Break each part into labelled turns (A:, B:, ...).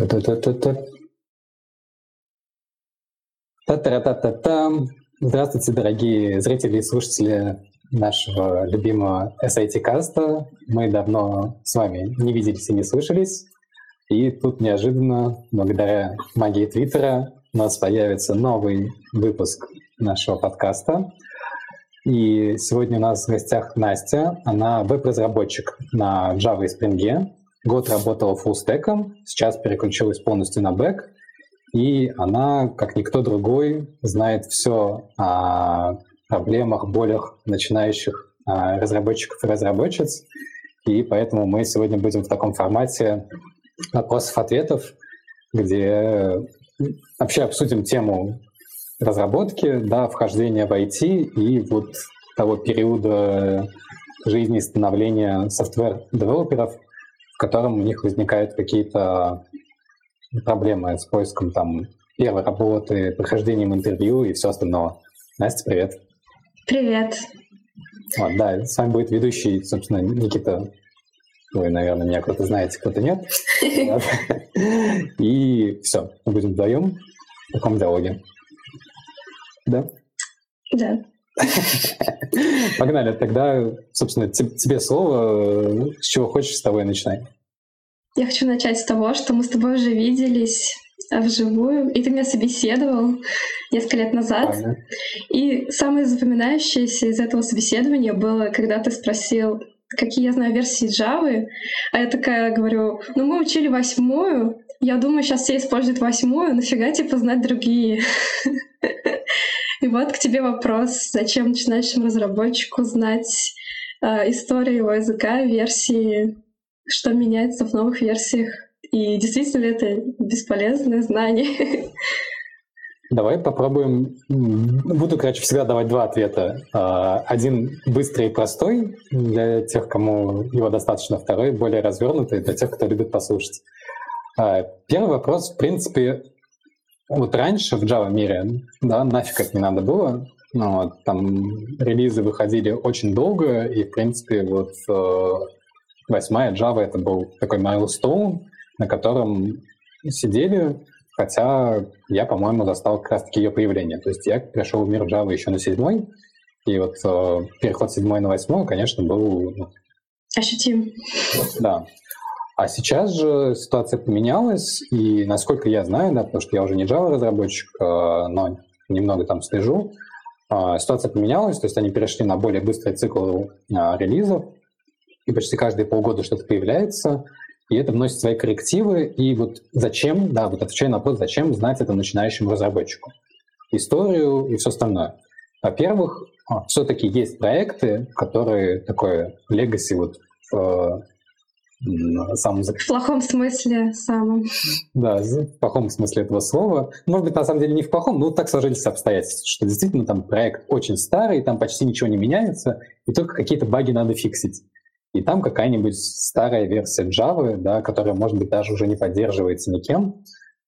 A: Та-та-та-та-та. Та-та-та-та-та. Здравствуйте, дорогие зрители и слушатели нашего любимого SIT-каста. Мы давно с вами не виделись и не слышались. И тут неожиданно, благодаря магии Твиттера, у нас появится новый выпуск нашего подкаста. И сегодня у нас в гостях Настя. Она веб-разработчик на Java и Spring. Год работала фуллстеком, сейчас переключилась полностью на бэк. И она, как никто другой, знает все о проблемах, болях начинающих разработчиков и разработчиц. И поэтому мы сегодня будем в таком формате вопросов-ответов, где вообще обсудим тему разработки, да, вхождения в IT и вот того периода жизни становления софтвер-девелоперов, в котором у них возникают какие-то проблемы с поиском там первой работы, прохождением интервью и все остальное. Настя, привет.
B: Привет.
A: Вот, да, с вами будет ведущий, собственно, Никита. Вы, наверное, меня кто-то знаете, кто-то нет. И все, мы будем вдвоем в таком диалоге. Да?
B: Да.
A: Погнали. Тогда, собственно, тебе слово. С чего хочешь, с того и начинай.
B: Я хочу начать с того, что мы с тобой уже виделись вживую, и ты меня собеседовал несколько лет назад.
A: Правильно.
B: И самое запоминающееся из этого собеседования было, когда ты спросил, какие я знаю версии Java, а я такая говорю, ну мы учили 8-ю, я думаю, сейчас все используют 8-ю, нафига типа знать другие? И вот к тебе вопрос, зачем начинающему разработчику знать историю его языка, версии, что меняется в новых версиях? И действительно ли это бесполезное знание?
A: Давай попробуем. Буду, короче, всегда давать два ответа. Один быстрый и простой для тех, кому его достаточно, второй более развернутый для тех, кто любит послушать. Первый вопрос, в принципе, вот раньше в Java мире, да, нафиг это не надо было. Ну, вот, там релизы выходили очень долго, и, в принципе, вот 8-я Java — это был такой milestone, на котором сидели, хотя я, по-моему, застал как раз-таки ее появление. То есть я пришел в мир Java еще на 7-й, и вот переход с 7-й на 8-ю, конечно, был...
B: Ощутим.
A: Да. А сейчас же ситуация поменялась, и, насколько я знаю, да, потому что я уже не Java-разработчик, но немного там слежу, ситуация поменялась, то есть они перешли на более быстрый цикл релизов, и почти каждые полгода что-то появляется, и это вносит свои коррективы. И вот зачем, да, вот отвечая на вопрос, зачем знать это начинающему разработчику? Историю и все остальное. Во-первых, все-таки есть проекты, которые такое legacy вот в самом...
B: В плохом смысле самом.
A: Да, в плохом смысле этого слова. Может быть, на самом деле не в плохом, но так сложились обстоятельства, что действительно там проект очень старый, там почти ничего не меняется, и только какие-то баги надо фиксить. И там какая-нибудь старая версия Java, да, которая, может быть, даже уже не поддерживается никем,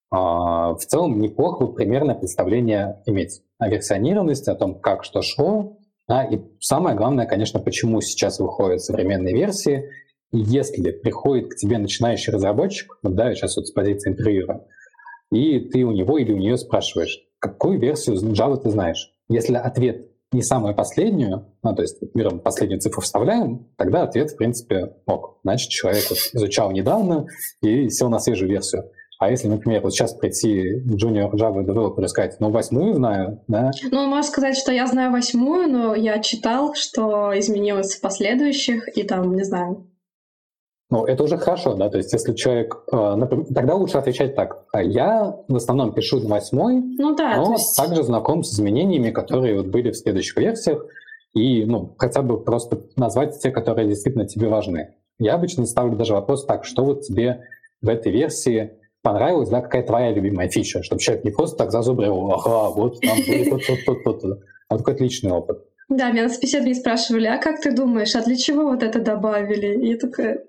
A: в целом неплохо примерное представление иметь о версионированности, о том, как что шло. Да, и самое главное, конечно, почему сейчас выходят современные версии. И если приходит к тебе начинающий разработчик, вот, да, сейчас вот с позиции интервьюера, и ты у него или у нее спрашиваешь, какую версию Java ты знаешь. Если ответ не самую последнюю, ну, то есть берем последнюю цифру, вставляем, тогда ответ, в принципе, ок. Значит, человек вот изучал недавно и сел на свежую версию. А если, например, вот сейчас прийти junior Java developer и сказать, ну, 8-ю знаю, да?
B: Ну, он может сказать, что я знаю 8-ю, но я читал, что изменилось в последующих, и там, не знаю.
A: Ну, это уже хорошо, да, то есть если человек... тогда лучше отвечать так. Я в основном пишу на 8-й,
B: ну, да,
A: но
B: есть...
A: также знаком с изменениями, которые вот были в следующих версиях, и, ну, хотя бы просто назвать те, которые действительно тебе важны. Я обычно ставлю даже вопрос так, что вот тебе в этой версии понравилось, да, какая твоя любимая фича, чтобы человек не просто так зазубривал, ага, вот там будет то, а какой-то личный опыт.
B: Да, меня на собеседовании спрашивали, а как ты думаешь, а для чего вот это добавили? И я такая...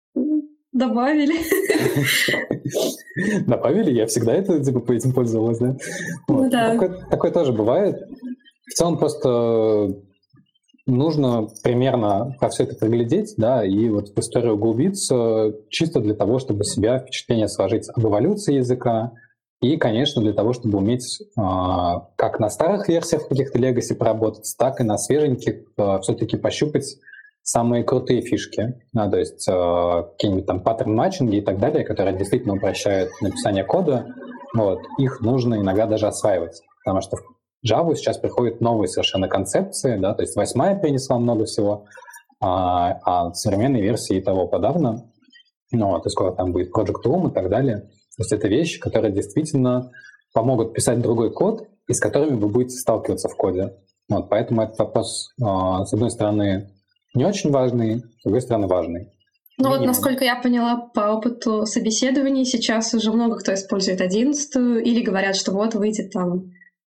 B: Добавили.
A: Добавили? Я всегда этим пользовалась, да? Вот.
B: Да.
A: Такое тоже бывает. В целом просто нужно примерно про все это проглядеть, да, и вот в историю углубиться чисто для того, чтобы себя впечатление сложить об эволюции языка, и, конечно, для того, чтобы уметь как на старых версиях каких-то legacy поработать, так и на свеженьких все-таки пощупать самые крутые фишки, да, то есть какие-нибудь там паттерн-матчинги и так далее, которые действительно упрощают написание кода, вот, их нужно иногда даже осваивать, потому что в Java сейчас приходят новые совершенно концепции, да, то есть 8 принесла много всего, а современные версии и того подавно, ну, вот, и скоро там будет Project Room и так далее. То есть это вещи, которые действительно помогут писать другой код, и с которыми вы будете сталкиваться в коде. Вот, поэтому этот вопрос, с одной стороны, не очень важный, с другой стороны, важный.
B: Ну вот, насколько я поняла по опыту собеседований, сейчас уже много кто использует 11-ю, или говорят, что вот выйдет там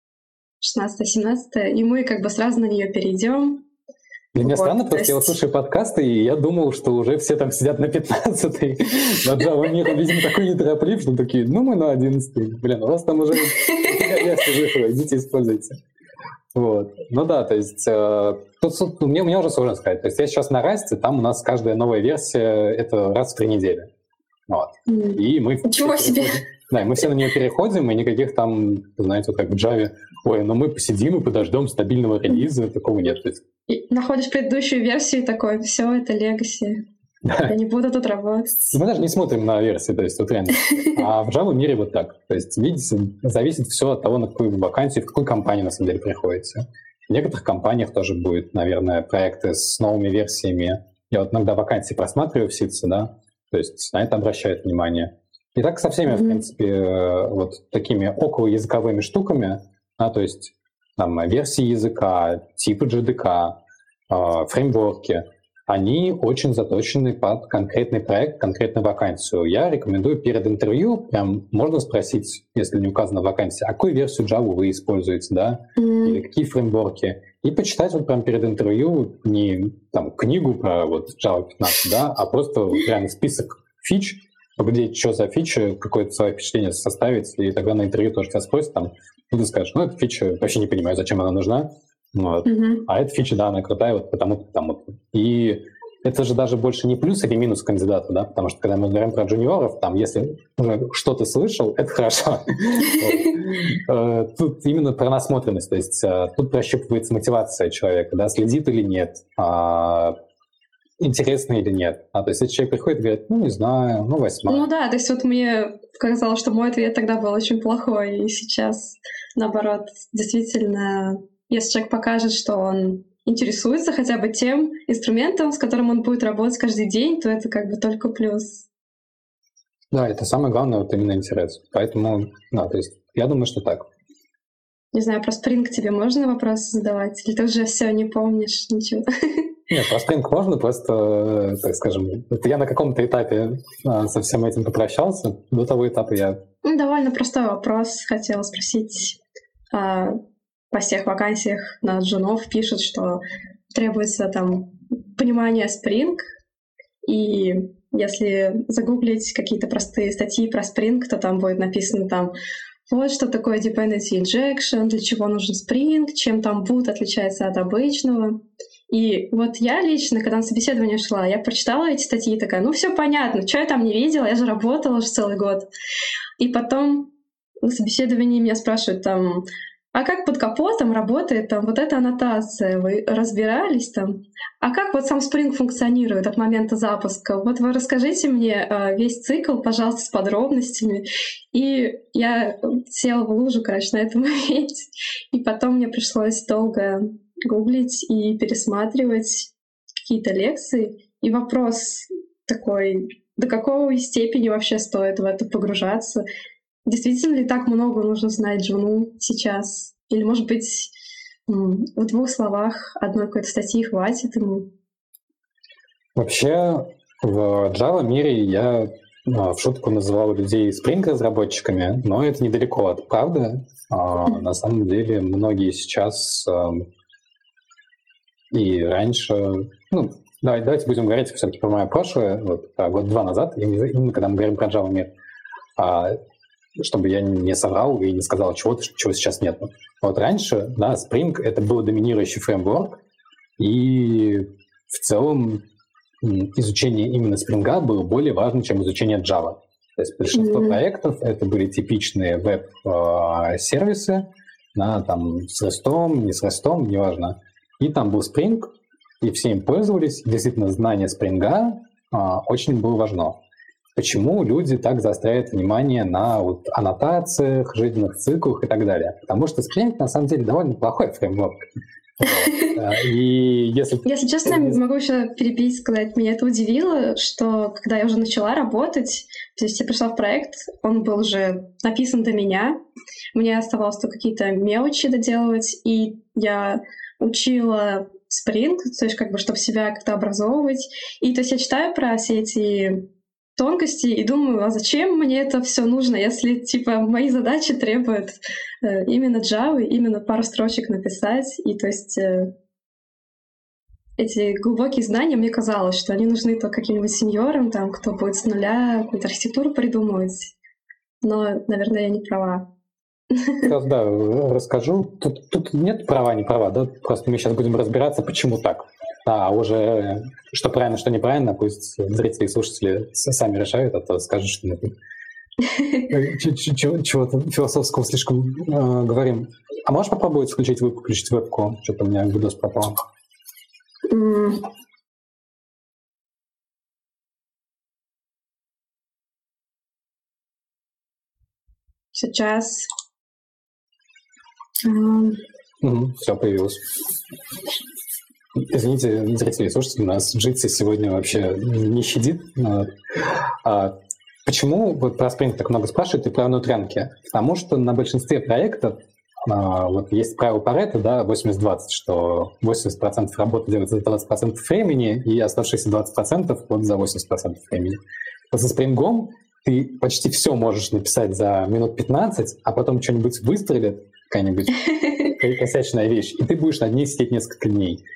B: 16-17, и мы как бы сразу на нее перейдем.
A: Для меня странно, просто я вот слушаю подкасты, и я думал, что уже все там сидят на 15-й. На Java мир, видимо, такой нетороплив, что такие, ну мы на 11-й. Блин, у вас там уже идите используйте. Вот. Ну да, то есть тут мне уже сложно сказать. То есть я сейчас на Расте, там у нас каждая новая версия — это раз в 3 недели. Вот. И мы...
B: Ничего себе!
A: Да, и мы все на нее переходим, и никаких там, знаете, вот как в Java, ой, ну мы посидим и подождем стабильного релиза, такого нет.
B: И находишь предыдущую версию и такой, все, это Legacy. Я не буду тут работать.
A: Мы даже не смотрим на версии, то есть вот реально. А в Java мире вот так. То есть, видите, зависит все от того, на какую вакансию, в какую компанию на самом деле приходите. В некоторых компаниях тоже будет, наверное, проекты с новыми версиями. Я вот иногда вакансии просматриваю в ситце, да, то есть на это обращают внимание. И так со всеми, в принципе, вот такими околоязыковыми штуками, да, то есть там версии языка, типы JDK, фреймворки, они очень заточены под конкретный проект, конкретную вакансию. Я рекомендую перед интервью, прям можно спросить, если не указано в вакансии, а какую версию Java вы используете, да, или какие фреймворки, и почитать вот прям перед интервью не там книгу про вот Java 15, да, а просто прям список фич, поглядеть, что за фича, какое-то свое впечатление составить, и тогда на интервью тоже тебя спросят, там, и ты скажешь, ну, эта фича, вообще не понимаю, зачем она нужна, вот. А эта фича, да, она крутая, вот потому-то, потому-то. И это же даже больше не плюс или минус кандидата, да, потому что когда мы говорим про джуниоров, там, если что-то слышал, это хорошо. Тут именно про насмотренность, то есть тут прощупывается мотивация человека, да, следит или нет, интересно или нет. То есть если человек приходит и говорит, ну, не знаю, ну, 8.
B: Ну да, то есть вот мне показалось, что мой ответ тогда был очень плохой, и сейчас, наоборот, действительно, если человек покажет, что он интересуется хотя бы тем инструментом, с которым он будет работать каждый день, то это как бы только плюс.
A: Да, это самое главное, вот именно интерес. Поэтому, да, то есть я думаю, что так.
B: Не знаю, про Spring тебе можно вопросы задавать? Или ты уже все не помнишь ничего?
A: Нет, про Spring можно, просто, так скажем, это я на каком-то этапе со всем этим попрощался. До того этапа я...
B: Довольно простой вопрос. Хотела спросить. По всех вакансиях на джунов пишут, что требуется там понимание Spring, и если загуглить какие-то простые статьи про Spring, то там будет написано там вот что такое dependency injection, для чего нужен Spring, чем там boot отличается от обычного. И вот я лично, когда на собеседование шла, я прочитала эти статьи и такая, ну все понятно, что я там не видела, я же работала уже целый год. И потом на собеседовании меня спрашивают там, а как под капотом работает там вот эта аннотация? Вы разбирались там? А как вот сам Spring функционирует от момента запуска? Вот вы расскажите мне весь цикл, пожалуйста, с подробностями. И я села в лужу, короче, на этом моменте. И потом мне пришлось долго гуглить и пересматривать какие-то лекции. И вопрос такой, до какой степени вообще стоит в это погружаться? Действительно ли так много нужно знать джуну сейчас? Или, может быть, в 2 словах одной какой-то статьи хватит ему?
A: Вообще, в Java мире я в шутку называл людей Spring-разработчиками, но это недалеко от правды. На самом деле, многие сейчас и раньше... Ну, давайте будем говорить все-таки про мое прошлое. Вот, 1-2 года назад, именно когда мы говорим про Java мир, чтобы я не соврал и не сказал чего сейчас нет. Вот раньше, да, Spring — это был доминирующий фреймворк, И в целом изучение именно Spring было более важно, чем изучение Java. То есть большинство проектов это были типичные веб-сервисы, да, там с REST, не с REST, неважно. И там был Spring, и все им пользовались. Действительно, знание Spring очень было важно. Почему люди так заостряют внимание на вот аннотациях, жизненных циклах и так далее? Потому что Spring на самом деле довольно плохой фреймворк. И
B: если честно, могу еще перебить, сказать, меня это удивило, что когда я уже начала работать, то есть я пришла в проект, он был уже написан до меня, мне оставалось только какие-то мелочи доделывать, и я учила Spring, то есть как бы, чтобы себя как-то образовывать. И то есть я читаю про все эти тонкости и думаю, а зачем мне это все нужно, если типа мои задачи требуют именно Java, именно пару строчек написать. И то есть эти глубокие знания, мне казалось, что они нужны только каким-нибудь сеньорам, там, кто будет с нуля какую-то архитектуру придумывать. Но, наверное, я не права.
A: Сейчас, да, расскажу. Тут нет права, не права, да? Просто мы сейчас будем разбираться, почему так. А уже что правильно, что неправильно, пусть зрители и слушатели сами решают, а то скажут, что мы чего-то философского слишком говорим. А можешь попробовать включить вебку? Что-то у меня видос пропал.
B: Сейчас.
A: Все, появилось. Извините, зрители и слушатели, нас Jitsi сегодня вообще не щадит. Почему вот про Spring так много спрашивают и про внутрянки? Потому что на большинстве проектов вот есть правило Парето, да, 80-20, что 80% работы делается за 20% времени, и оставшиеся 20% вот за 80% времени. Вот со Spring ты почти все можешь написать за минут 15, а потом что-нибудь выстрелит, какая-нибудь косячная вещь, и ты будешь над ней сидеть несколько дней.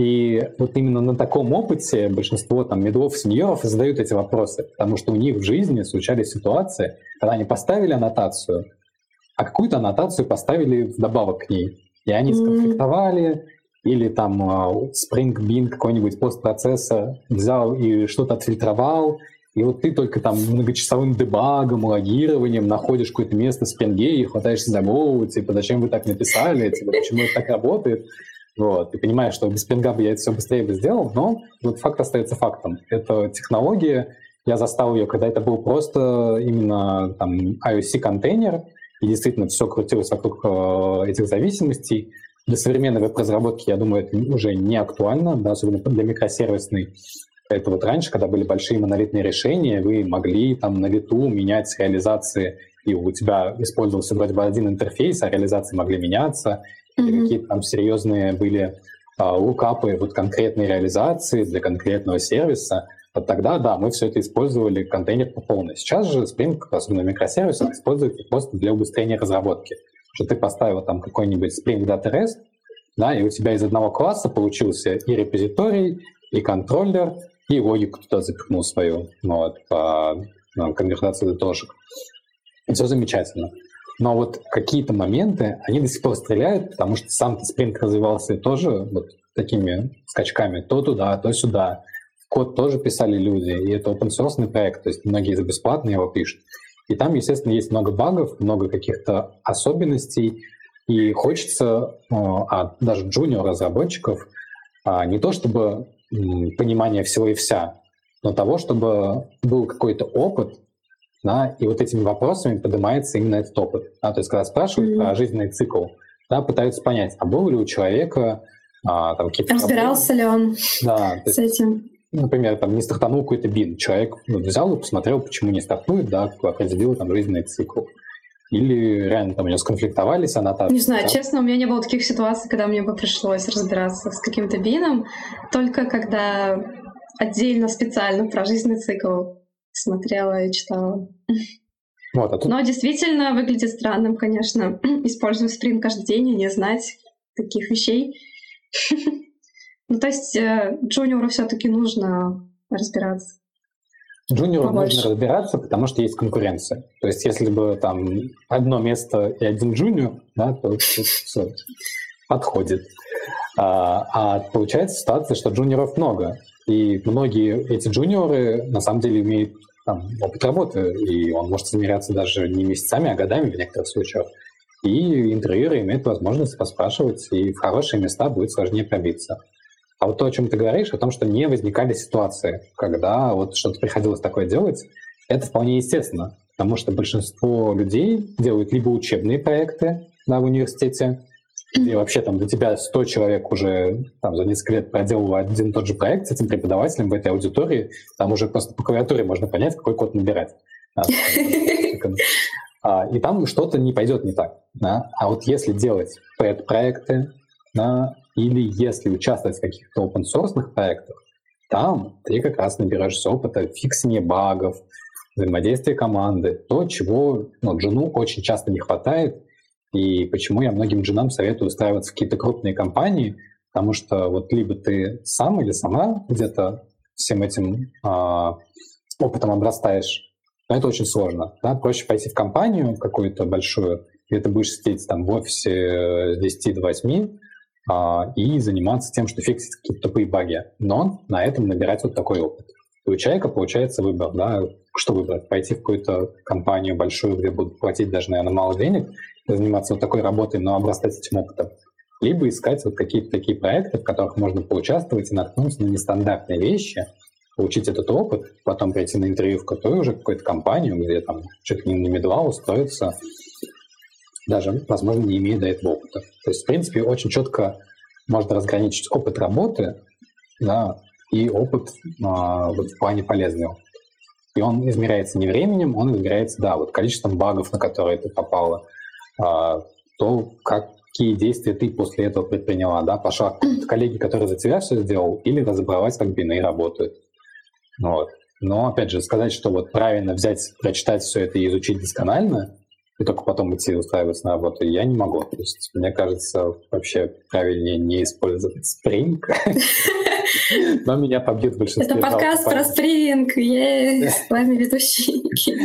A: И вот именно на таком опыте большинство там медлов, сеньоров задают эти вопросы, потому что у них в жизни случались ситуации, когда они поставили аннотацию, а какую-то аннотацию поставили вдобавок к ней. И они сконфликтовали, или там Spring Bean какой-нибудь постпроцессор взял и что-то отфильтровал, и вот ты только там многочасовым дебагом, логированием находишь какое-то место в Spring и хватаешься за голову, типа, зачем вы так написали, типа, почему это так работает. Вот. Ты понимаешь, что без Spring бы я это все быстрее бы сделал, но вот факт остается фактом. Это технология, я застал ее, когда это был просто именно там IOC-контейнер, и действительно все крутилось вокруг этих зависимостей. Для современной веб-разработки, я думаю, это уже не актуально, да, особенно для микросервисной. Это вот раньше, когда были большие монолитные решения, вы могли там на лету менять реализации, и у тебя использовался вроде бы один интерфейс, а реализации могли меняться, или какие-то там серьезные были лукапы, вот конкретные реализации для конкретного сервиса. Вот тогда, да, мы все это использовали контейнер по полной. Сейчас же Spring, особенно в микросервисах, используется просто для убыстрения разработки. Что ты поставил там какой-нибудь Spring Data REST, да, и у тебя из одного класса получился и репозиторий, и контроллер, и логику туда запихнул свою, вот, по конвертации датошек. И все замечательно. Но вот какие-то моменты, они до сих пор стреляют, потому что сам-то Spring развивался тоже вот такими скачками то туда, то сюда. Код тоже писали люди, и это open-source проект, то есть многие за бесплатно его пишут. И там, естественно, есть много багов, много каких-то особенностей, и хочется даже junior-разработчиков не то чтобы понимание всего и вся, но того, чтобы был какой-то опыт, да, и вот этими вопросами поднимается именно этот опыт. Да, то есть, когда спрашивают про жизненный цикл, да, пытаются понять, а был ли у человека там какие-то...
B: Разбирался ли он с этим?
A: Например, там не стартанул какой-то бин. Человек взял и посмотрел, почему не стартует, да, определил там жизненный цикл. Или реально там у него сконфликтовались аннотации.
B: Не знаю, честно, у меня не было таких ситуаций, когда мне бы пришлось разбираться с каким-то бином, только когда отдельно, специально про жизненный цикл смотрела и читала.
A: Вот, тут...
B: Но действительно выглядит странным, конечно, использовать Spring каждый день и не знать таких вещей. Ну, то есть джуниору все-таки нужно разбираться.
A: Джуниору нужно разбираться, потому что есть конкуренция. То есть если бы там одно место и один джуниор, да, то все подходит. А получается ситуация, что джуниоров много. И многие эти джуниоры на самом деле имеют там опыт работы, и он может измеряться даже не месяцами, а годами в некоторых случаях. И интервьюеры имеют возможность поспрашивать, и в хорошие места будет сложнее пробиться. А вот то, о чем ты говоришь, о том, что не возникали ситуации, когда вот что-то приходилось такое делать, это вполне естественно, потому что большинство людей делают либо учебные проекты, да, в университете, где вообще там для тебя 100 человек уже там, за несколько лет проделал один и тот же проект с этим преподавателем в этой аудитории, там уже просто по клавиатуре можно понять, какой код набирать. И там что-то не пойдет не так. Да? А вот если делать пэт-проекты, да, или если участвовать в каких-то open-source проектах, там ты как раз набираешься опыта фиксения багов, взаимодействия команды, то, чего джуну очень часто не хватает, и почему я многим джунам советую устраиваться в какие-то крупные компании, потому что вот либо ты сам или сама где-то всем этим опытом обрастаешь, но это очень сложно. Да? Проще пойти в компанию какую-то большую, где ты будешь сидеть там в офисе с 10 до 8 и заниматься тем, что фиксить какие-то тупые баги, но на этом набирать вот такой опыт. И у человека получается выбор, да, что выбрать? Пойти в какую-то компанию большую, где будут платить даже, наверное, мало денег, заниматься вот такой работой, но обрастать этим опытом. Либо искать вот какие-то такие проекты, в которых можно поучаствовать и наткнуться на нестандартные вещи, получить этот опыт, потом прийти на интервью в крутую уже какую-то компанию, где там чуть ли не на медла устроиться, даже, возможно, не имея до этого опыта. То есть, в принципе, очень четко можно разграничить опыт работы, да, и опыт вот в плане полезного. И он измеряется не временем, он измеряется, да, вот количеством багов, на которые ты попала, то, какие действия ты после этого предприняла, да, пошла к коллеге, который за тебя все сделал, или разобралась, как биные работают. Вот. Но, опять же, сказать, что вот правильно взять, прочитать все это и изучить досконально, и только потом идти устраиваться на работу, я не могу. То есть, мне кажется, вообще правильнее не использовать Spring. Но меня побьют большинство.
B: Это подкаст про Spring. С вами ведущий.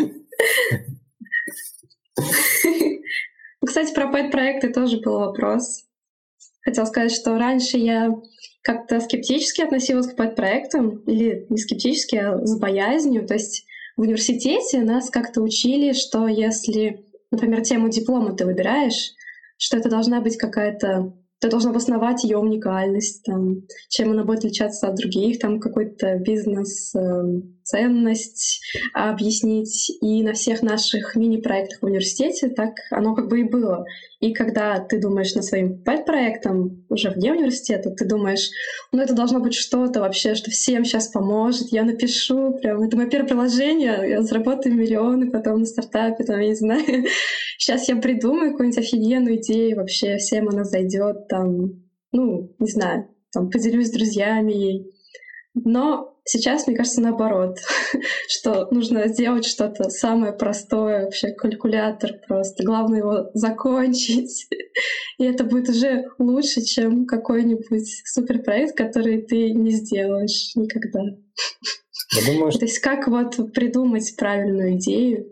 B: Кстати, про пэт-проекты тоже был вопрос. Хотела сказать, что раньше я как-то скептически относилась к пэт-проектам, или не скептически, а с боязнью. То есть в университете нас как-то учили, что если, например, тему диплома ты выбираешь, что это должна быть какая-то... Ты должен обосновать ее уникальность, там, чем она будет отличаться от других, там какой-то бизнес-ценность объяснить. И на всех наших мини-проектах в университете так оно как бы и было. И когда ты думаешь над своим пэт-проектом уже вне университета, ты думаешь, ну это должно быть что-то вообще, что всем сейчас поможет, я напишу, прям, это мое первое приложение, я заработаю миллионы потом на стартапе, там, я не знаю. Сейчас я придумаю какую-нибудь офигенную идею, вообще всем она зайдет, там, ну, не знаю, там, поделюсь с друзьями ей. Но сейчас, мне кажется, наоборот, что нужно сделать что-то самое простое, вообще калькулятор просто. Главное его закончить. И это будет уже лучше, чем какой-нибудь суперпроект, который ты не сделаешь никогда.
A: Я думаю,
B: То есть как вот придумать правильную идею?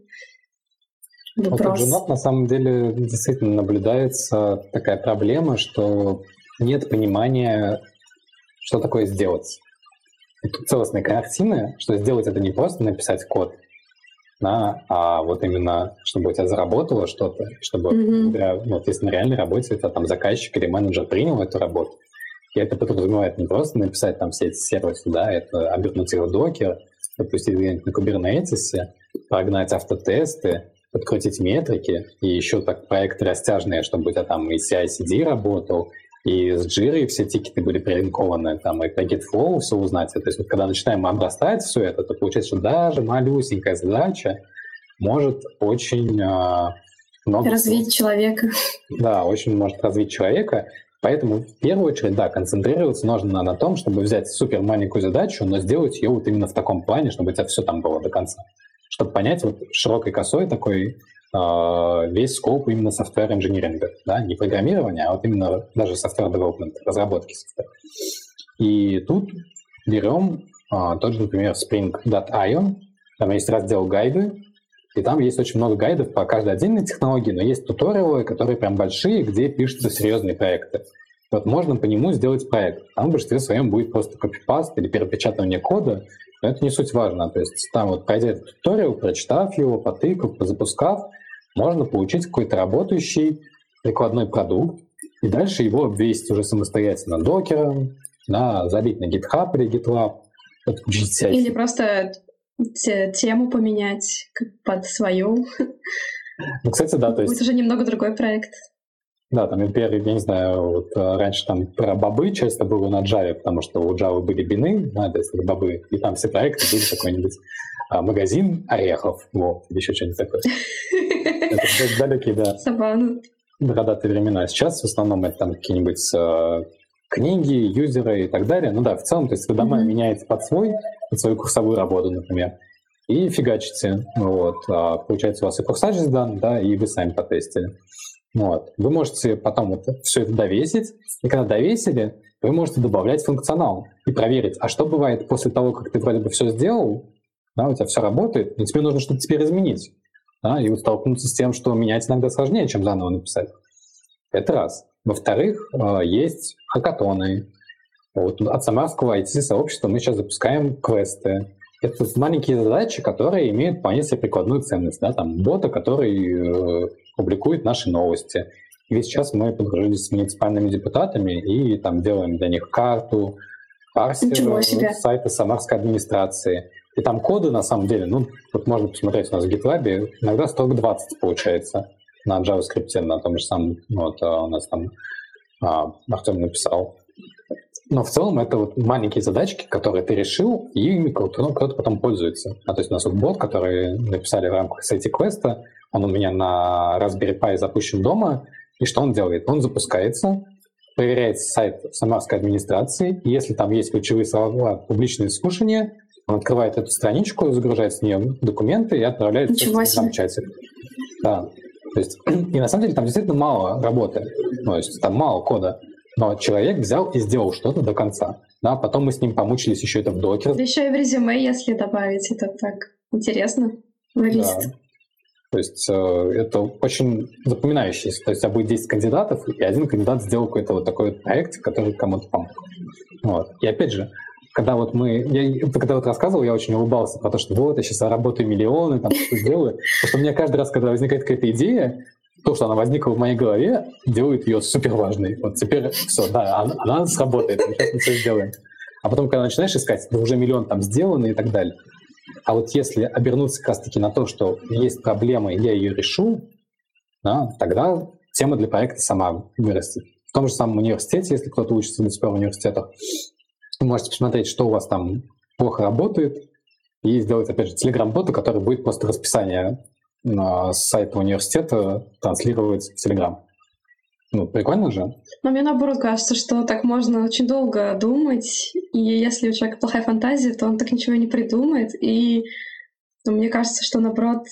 A: Вот у джунов на самом деле действительно наблюдается такая проблема, что нет понимания, что такое сделать. Целостной картины, что сделать это не просто написать код, да, а вот именно, чтобы у тебя заработало что-то, чтобы, вот если на реальной работе это там заказчик или менеджер принял эту работу, и это подразумевает не просто написать там все эти сервисы, да, это обернуть их в докер, запустить где-нибудь на Kubernetes, прогнать автотесты, подкрутить метрики, и еще так проекты растяжные, чтобы у тебя там и CI/CD работал, и с Jira все тикеты были прилинкованы, там, и по GitFlow все узнать. То есть вот, когда начинаем обрастать все это, то получается, что даже малюсенькая задача может очень много...
B: Развить человека.
A: Да, очень может развить человека. Поэтому в первую очередь, да, концентрироваться нужно на том, чтобы взять супер маленькую задачу, но сделать ее вот именно в таком плане, чтобы у тебя все там было до конца. Чтобы понять вот широкой косой такой весь скоп именно софтвер-инжиниринга, да, не программирования, а вот именно даже software-development, разработки софтвера. И тут берем тот же, например, Spring.io, там есть раздел гайды, и там есть очень много гайдов по каждой отдельной технологии, но есть туториалы, которые прям большие, где пишутся серьезные проекты. Вот можно по нему сделать проект. Там в большинстве своем будет просто копипаст или перепечатывание кода, но это не суть важно. То есть там вот пройдя этот туториал, прочитав его, потыкав, позапускав, можно получить какой-то работающий прикладной продукт и дальше его обвесить уже самостоятельно докером, залить на GitHub или GitLab, подключить CI.
B: Или просто тему поменять под свою.
A: Ну, кстати, да, то есть...
B: Будет уже немного другой проект.
A: Да, там, например, я не знаю, вот раньше там про бобы часто было на Java, потому что у Java были бины, то есть бобы, и там все проекты были какой-нибудь магазин орехов, вот, или еще что-нибудь такое. Это далекие, да, бородатые времена. Сейчас в основном это там какие-нибудь книги, юзеры и так далее. Ну да, в целом, то есть вы дома меняете под свою курсовую работу, например, и фигачите. Вот. Получается, у вас и курсач сдан, да, и вы сами потестили. Вот. Вы можете потом вот все это довесить, и когда довесили, вы можете добавлять функционал и проверить, а что бывает после того, как ты вроде бы все сделал, да, у тебя все работает, и тебе нужно что-то теперь изменить. Да, и вот столкнуться с тем, что менять иногда сложнее, чем заново написать. Это раз. Во-вторых, есть хакатоны. Вот от самарского IT-сообщества мы сейчас запускаем квесты. Это маленькие задачи, которые имеют вполне себе прикладную ценность. Да? Там бота, который публикует наши новости. И сейчас мы подружились с муниципальными депутатами и там делаем для них карту, парсер сайта самарской администрации. И там коды, на самом деле, вот можно посмотреть у нас в GitLab, иногда строк 20 получается на JavaScript, на том же самом, вот у нас там Артем написал. Но в целом это вот маленькие задачки, которые ты решил, и ими кто-то потом пользуется. То есть у нас вот бот, который написали в рамках SIT-квеста, он у меня на Raspberry Pi запущен дома, и что он делает? Он запускается, проверяет сайт самарской администрации, и если там есть ключевые слова «публичные слушания», он открывает эту страничку, загружает с нее документы и отправляет в чатик. Да. То есть, и на самом деле там действительно мало работы, то есть там мало кода, но человек взял и сделал что-то до конца. Да? Потом мы с ним помучились еще это в докере.
B: Да еще и в резюме, если добавить, это так интересно выглядит. Да.
A: То есть это очень запоминающееся. То есть у тебя будет 10 кандидатов, и один кандидат сделал какой-то вот такой проект, который кому-то помог. Вот. И опять же, когда вот когда вот рассказывал, я очень улыбался про то, что вот, я сейчас заработаю миллионы, там что сделаю. Потому что у меня каждый раз, когда возникает какая-то идея, то, что она возникла в моей голове, делает ее супер важной. Вот теперь все, да, она сработает, мы сейчас все сделаем. А потом, когда начинаешь искать, да уже миллион там сделано и так далее. А вот если обернуться как раз-таки на то, что есть проблема, и я ее решу, да, тогда тема для проекта сама вырастет. В том же самом университете, если кто-то учится до сих пор в университетах, вы можете посмотреть, что у вас там плохо работает, и сделать, опять же, телеграм-бота, который будет просто расписание с сайта университета транслировать в Telegram. Прикольно же?
B: Но мне наоборот кажется, что так можно очень долго думать, и если у человека плохая фантазия, то он так ничего не придумает, и мне кажется, что наоборот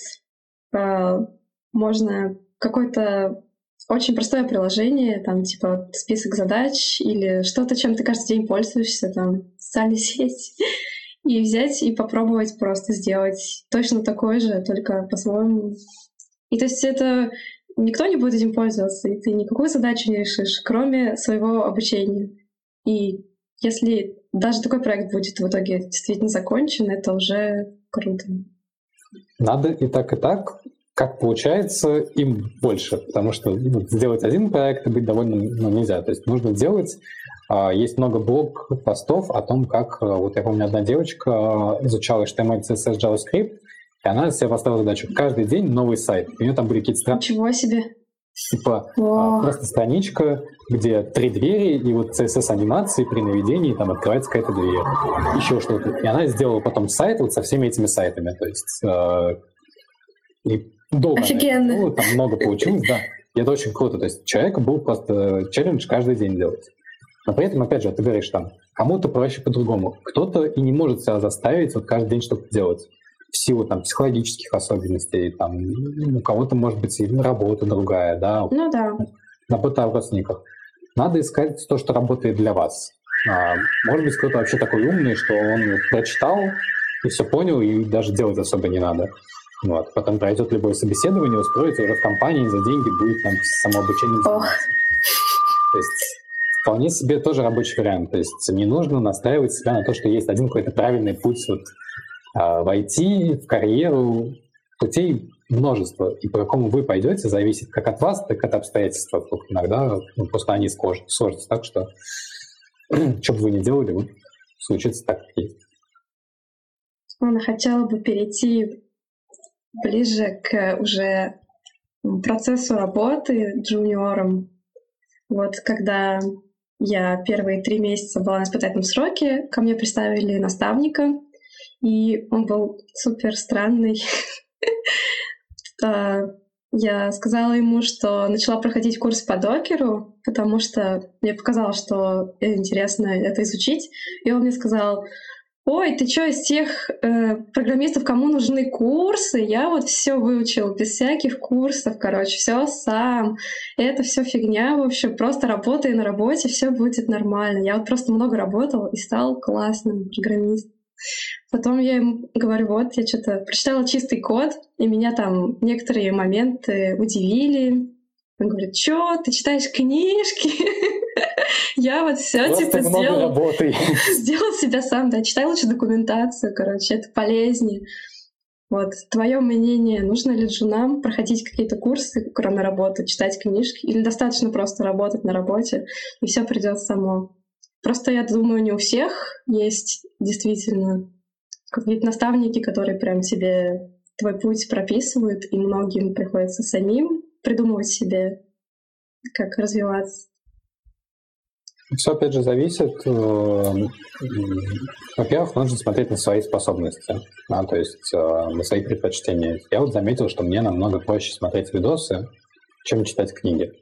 B: можно какое-то очень простое приложение, там типа список задач или что-то, чем ты каждый день пользуешься, там социальная сеть, и взять и попробовать просто сделать точно такое же, только по-своему. И то есть это никто не будет этим пользоваться, и ты никакую задачу не решишь, кроме своего обучения. И если даже такой проект будет в итоге действительно закончен, это уже круто.
A: Надо и так, как получается, им больше, потому что сделать один проект и быть довольным нельзя. То есть нужно делать. Есть много блог-постов о том, как, вот я помню, одна девочка изучала HTML, CSS, JavaScript, и она себе поставила задачу: каждый день новый сайт. У нее там были какие-то странички.
B: Ничего себе!
A: Типа просто страничка, где 3 двери, и вот CSS-анимации при наведении там открывается какая-то дверь. Еще что-то. И она сделала потом сайт вот со всеми этими сайтами. То есть и долго.
B: Офигенно.
A: Там много получилось, да. И это очень круто. То есть человеку был просто челлендж каждый день делать. Но при этом, опять же, ты говоришь там, кому-то проще по-другому. Кто-то и не может себя заставить вот каждый день что-то делать. В силу там психологических особенностей, там, у кого-то, может быть, и работа другая, да,
B: да.
A: Работа в родственниках. Надо искать то, что работает для вас. Может быть, кто-то вообще такой умный, что он прочитал и все понял, и даже делать особо не надо. Вот. Потом пройдет любое собеседование, устроится уже в компании, за деньги будет там самообучением заниматься. То есть вполне себе тоже рабочий вариант. То есть не нужно настраивать себя на то, что есть один какой-то правильный путь вот, в IT, в карьеру. Путей множество. И по какому вы пойдете, зависит как от вас, так и от обстоятельств. Иногда просто они сложатся так, что что бы вы ни делали, вот, случится так, как есть.
B: Она хотела бы перейти ближе к уже процессу работы джуниором. Вот когда я первые 3 месяца была на испытательном сроке, ко мне представили наставника, и он был супер странный. Я сказала ему, что начала проходить курс по докеру, потому что мне показалось, что интересно это изучить. И он мне сказал: ой, ты что, из тех программистов, кому нужны курсы? Я вот все выучил без всяких курсов, короче, все сам. Это все фигня, в общем, просто работай на работе, все будет нормально. Я вот просто много работала и стал классным программистом. Потом я ему говорю: вот, я что-то прочитала чистый код, и меня там некоторые моменты удивили. Он говорит: чё, ты читаешь книжки? Я вот все типа сделал себя сам, да, читай лучше документацию, короче, это полезнее. Вот, твое мнение, нужно ли джунам проходить какие-то курсы, кроме работы, читать книжки, или достаточно просто работать на работе, и все придет само? Просто я думаю, не у всех есть действительно какие-то наставники, которые прям тебе твой путь прописывают, и многим приходится самим придумывать себе, как развиваться.
A: Все, опять же, зависит. Во-первых, нужно смотреть на свои способности, да, то есть на свои предпочтения. Я вот заметил, что мне намного проще смотреть видосы, чем читать книги.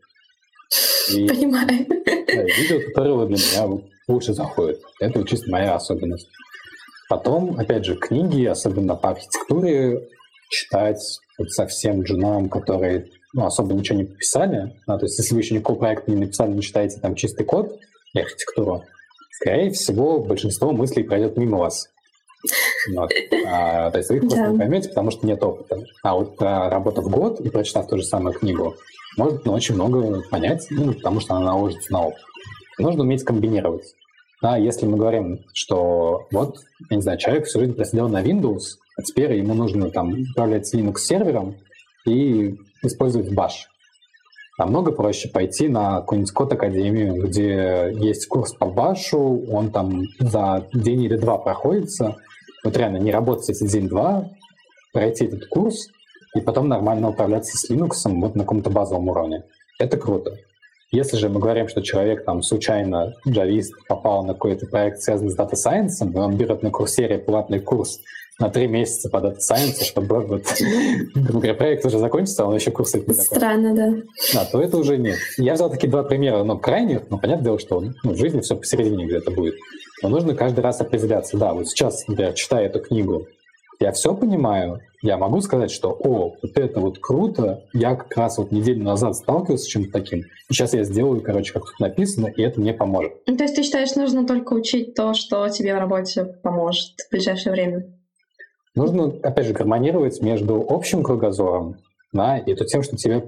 B: Понимаю.
A: Да, видеотуториалы для меня лучше заходят. Это чисто моя особенность. Потом, опять же, книги, особенно по архитектуре, читать вот совсем джунам, которые особо ничего не писали. Да, то есть если вы еще никакого проекта не написали, не читаете там чистый код и архитектуру, скорее всего, большинство мыслей пройдет мимо вас. Вот. То есть вы их просто не поймете, потому что нет опыта. А вот проработав год и прочитав ту же самую книгу, можно очень много понять, потому что она наложится на опыт. Нужно уметь комбинировать. Да, если мы говорим, что вот, я не знаю, человек всю жизнь просидел на Windows, а теперь ему нужно там управлять Linux-сервером и использовать Bash. Намного проще пойти на какую-нибудь код-академию, где есть курс по Bash, он там за день или 2 проходится. Вот реально не работать эти день-два, пройти этот курс и потом нормально управляться с Linux вот на каком-то базовом уровне. Это круто. Если же мы говорим, что человек там случайно, джавист, попал на какой-то проект, связанный с Data Science, и он берет на Курсере платный курс на 3 месяца по Data Science, чтобы вот, проект уже закончится, а он еще курс не закончил.
B: Странно, да.
A: Да, то это уже нет. Я взял такие 2 примера, крайних, но понятное дело, что в жизни все посередине где-то будет. Но нужно каждый раз определяться. Да, вот сейчас, например, читая эту книгу, я все понимаю, я могу сказать, что вот это вот круто, я как раз вот неделю назад сталкивался с чем-то таким, и сейчас я сделаю, как тут написано, и это мне поможет.
B: То есть ты считаешь, нужно только учить то, что тебе в работе поможет в ближайшее время?
A: Нужно, опять же, гармонировать между общим кругозором, да, и тем, что тебе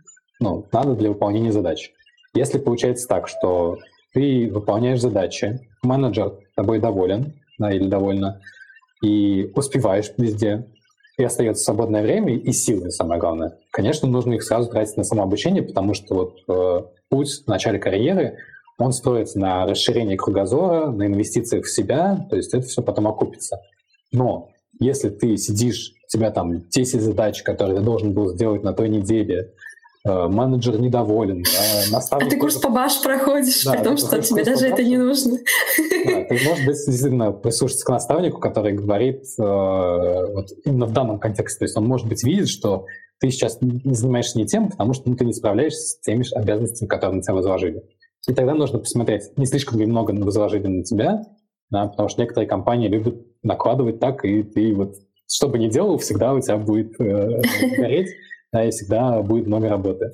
A: надо для выполнения задач. Если получается так, что ты выполняешь задачи, менеджер тобой доволен, да, или довольна, и успеваешь везде, и остается свободное время и силы, самое главное. Конечно, нужно их сразу тратить на самообучение, потому что путь в начале карьеры, он строится на расширении кругозора, на инвестициях в себя, то есть это все потом окупится. Но если ты сидишь, у тебя там 10 задач, которые ты должен был сделать на той неделе, менеджер недоволен.
B: А ты курс по Bash проходишь, при том, что тебе даже это не нужно.
A: Да, ты, может быть, действительно прислушаться к наставнику, который говорит именно в данном контексте. То есть он, может быть, видит, что ты сейчас не занимаешься не тем, потому что ты не справляешься с теми обязанностями, которые на тебя возложили. И тогда нужно посмотреть, не слишком ли много возложили на тебя, да, потому что некоторые компании любят накладывать так, и ты что бы ни делал, всегда у тебя будет гореть, да, и всегда будет много работы.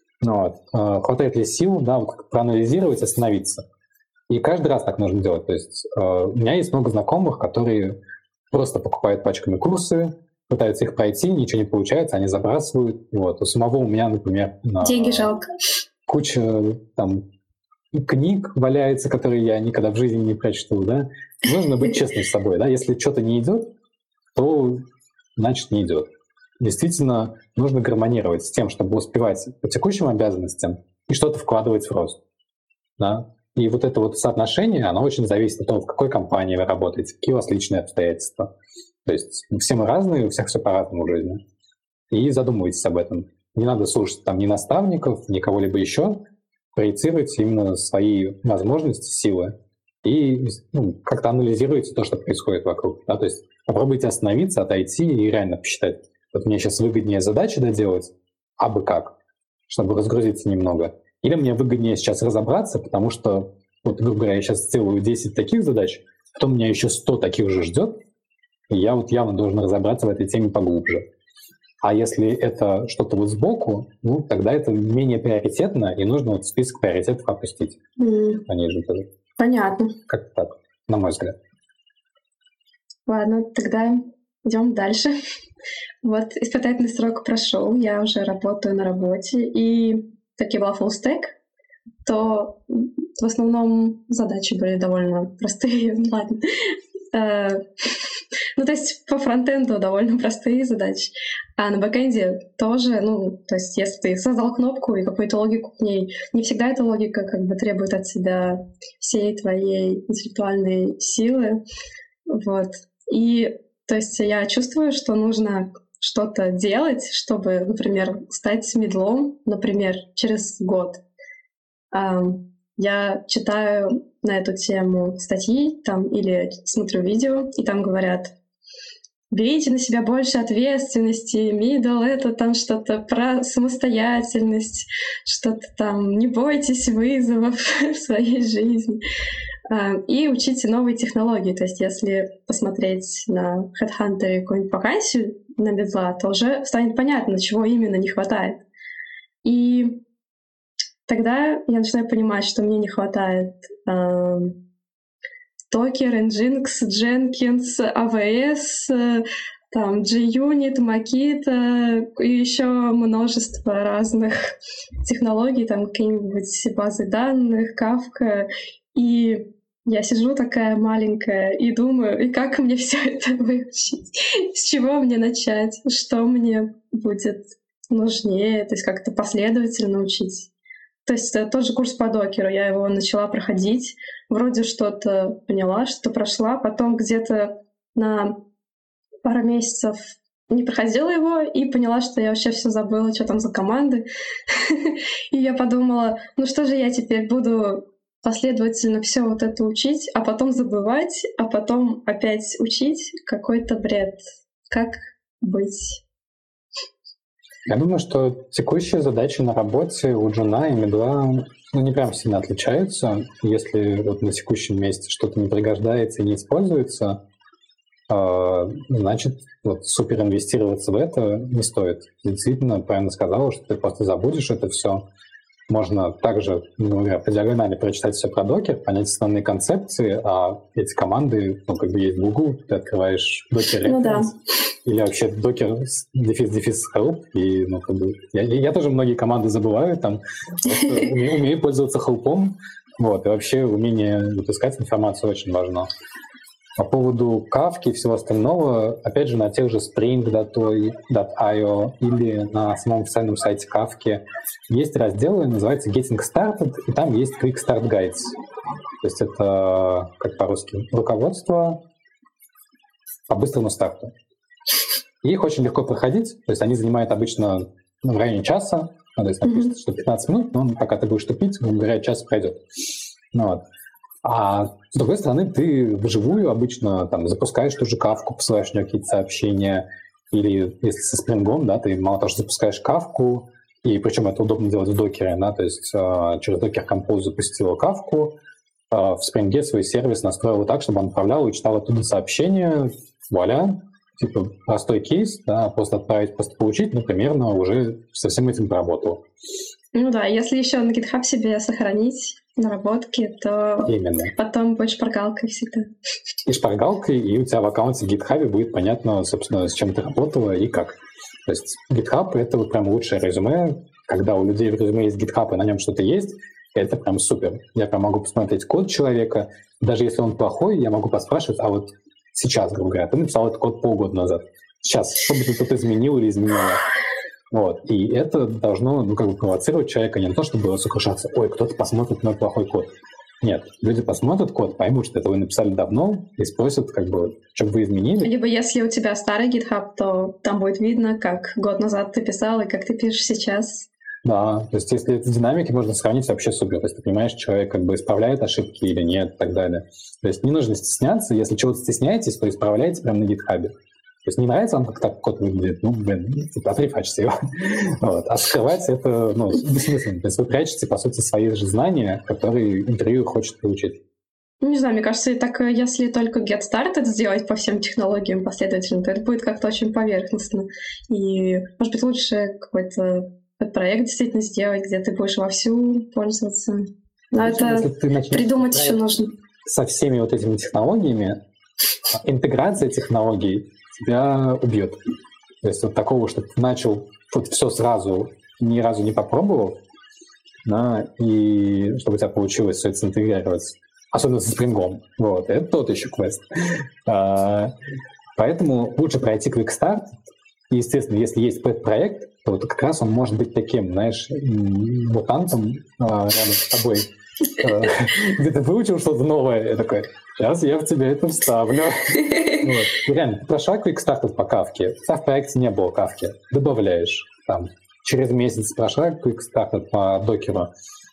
A: Хватает ли сил, проанализировать, остановиться. И каждый раз так нужно делать. То есть у меня есть много знакомых, которые просто покупают пачками курсы, пытаются их пройти, ничего не получается, они забрасывают. У самого у меня, например...
B: Деньги жалко.
A: Куча книг валяется, которые я никогда в жизни не прочту, да. Нужно быть честным с собой, да. Если что-то не идет, то значит не идет. Действительно, нужно гармонировать с тем, чтобы успевать по текущим обязанностям и что-то вкладывать в рост. Да? И вот это вот соотношение, оно очень зависит от того, в какой компании вы работаете, какие у вас личные обстоятельства. То есть все мы разные, у всех все по-разному в жизни. И задумывайтесь об этом. Не надо слушать там ни наставников, ни кого-либо еще. Проецируйте именно свои возможности, силы и как-то анализируйте то, что происходит вокруг. Да? То есть попробуйте остановиться, отойти и реально посчитать. Вот мне сейчас выгоднее задачи доделать, абы как, чтобы разгрузиться немного. Или мне выгоднее сейчас разобраться, потому что, вот, грубо говоря, я сейчас сделаю 10 таких задач, потом меня еще 100 таких же ждет, и я вот явно должен разобраться в этой теме поглубже. А если это что-то вот сбоку, тогда это менее приоритетно, и нужно вот список приоритетов опустить. Пониже тоже.
B: Понятно.
A: Как-то так, на мой взгляд.
B: Ладно, тогда идем дальше. Вот испытательный срок прошел, я уже работаю на работе, и так я была full stack, то в основном задачи были довольно простые. Ладно. То есть по фронтенду довольно простые задачи, а на бэкенде тоже, то есть если ты создал кнопку и какую-то логику к ней, не всегда эта логика как бы требует от тебя всей твоей интеллектуальной силы, вот. И то есть я чувствую, что нужно что-то делать, чтобы, например, стать мидлом, например, через год. Я читаю на эту тему статьи там, или смотрю видео, и там говорят: берите на себя больше ответственности, мидл — это там что-то про самостоятельность, что-то там, не бойтесь вызовов в своей жизни. И учите новые технологии. То есть если посмотреть на HeadHunter какую-нибудь вакансию на мидла, то уже станет понятно, чего именно не хватает. И тогда я начинаю понимать, что мне не хватает Docker, Nginx, Jenkins, AWS, там JUnit, Mockito и еще множество разных технологий, там какие-нибудь базы данных, Kafka. И я сижу такая маленькая и думаю, и как мне все это выучить? С чего мне начать? Что мне будет нужнее? То есть как-то последовательно учить. То есть тот же курс по докеру, я его начала проходить, вроде что-то поняла, что-то прошла, потом где-то на пару месяцев не проходила его и поняла, что я вообще все забыла, что там за команды. И я подумала, что же я теперь буду последовательно все вот это учить, а потом забывать, а потом опять учить? Какой-то бред. Как быть?
A: Я думаю, что текущие задачи на работе у джуна и мидла не прям сильно отличаются. Если вот на текущем месте что-то не пригождается и не используется, значит, вот супер инвестироваться в это не стоит. Действительно, правильно сказала, что ты просто забудешь это все. Можно также, по диагонали прочитать все про докер, понять основные концепции, а эти команды, есть в Google, ты открываешь докер референс, или вообще докер дефис help, и я тоже многие команды забываю, там умею пользоваться help'ом, и вообще умение искать информацию очень важно. По поводу Kafka и всего остального, опять же, на тех же spring.io или на самом официальном сайте Kafka есть разделы, называется Getting Started, и там есть Quick Start Guides. То есть это, как по-русски, руководство по быстрому старту. И их очень легко проходить, то есть они занимают обычно в районе часа, то есть напишется, что 15 минут, но пока ты будешь тупить, грубо говоря, час пройдет. А с другой стороны, ты вживую обычно запускаешь ту же кавку, посылаешь в нее какие-то сообщения, или если со спрингом, ты мало того, что запускаешь кавку, и причем это удобно делать в докере, то есть через Docker Compose запустила кавку, в спринге свой сервис настроила так, чтобы он отправлял и читал оттуда сообщения, вуаля, простой кейс, просто отправить, просто получить, примерно уже со всем этим поработал.
B: Если еще на GitHub себе сохранить наработки, то
A: именно.
B: Потом будет шпаргалкой всегда.
A: И шпаргалкой, и у тебя в аккаунте в GitHub будет понятно, собственно, с чем ты работала и как. То есть GitHub — это прям лучшее резюме, когда у людей в резюме есть GitHub, и на нем что-то есть, Это прям супер. Я прям могу посмотреть код человека. Даже если он плохой, я могу поспрашивать, а вот сейчас, грубо говоря, ты написал этот код полгода назад. Сейчас, что бы ты тут изменил или изменила? Вот. И это должно провоцировать человека не на то, чтобы сокрушаться. Ой, кто-то посмотрит мой плохой код. Нет, люди посмотрят код, поймут, что это вы написали давно, и спросят, что бы вы изменили.
B: Либо если у тебя старый GitHub, то там будет видно, как год назад ты писал и как ты пишешь сейчас.
A: Да, то есть если это динамики, можно сравнить вообще супер. То есть ты понимаешь, человек исправляет ошибки или нет и так далее. То есть не нужно стесняться. Если чего-то стесняетесь, то исправляйте прямо на GitHub. То есть не нравится вам, как так код выглядит, отрефачьте его. Вот. А скрывать это бессмысленно. То есть вы прячете, по сути, свои же знания, которые интервью хочет получить.
B: Не знаю, мне кажется, так если только get started сделать по всем технологиям последовательно, то это будет как-то очень поверхностно. И, может быть, лучше какой-то проект действительно сделать, где ты будешь вовсю пользоваться. Но это придумать еще нужно.
A: Со всеми вот этими технологиями, интеграция технологий тебя убьет. То есть вот такого, что ты начал все сразу, ни разу не попробовал, да, и чтобы у тебя получилось все это синтегрировать, особенно со спрингом. Вот, это тот еще квест. Поэтому лучше пройти Quick Start. И, естественно, если есть пэт-проект, то вот как раз он может быть таким, знаешь, мутантом рядом с тобой. Где ты выучил что-то новое, я такой, сейчас я в тебя это вставлю. Вот. И реально, ты прошла Quick Start по кавке, у тебя в проекте не было кавки, добавляешь. Там, через месяц прошла Quick Start по докеру,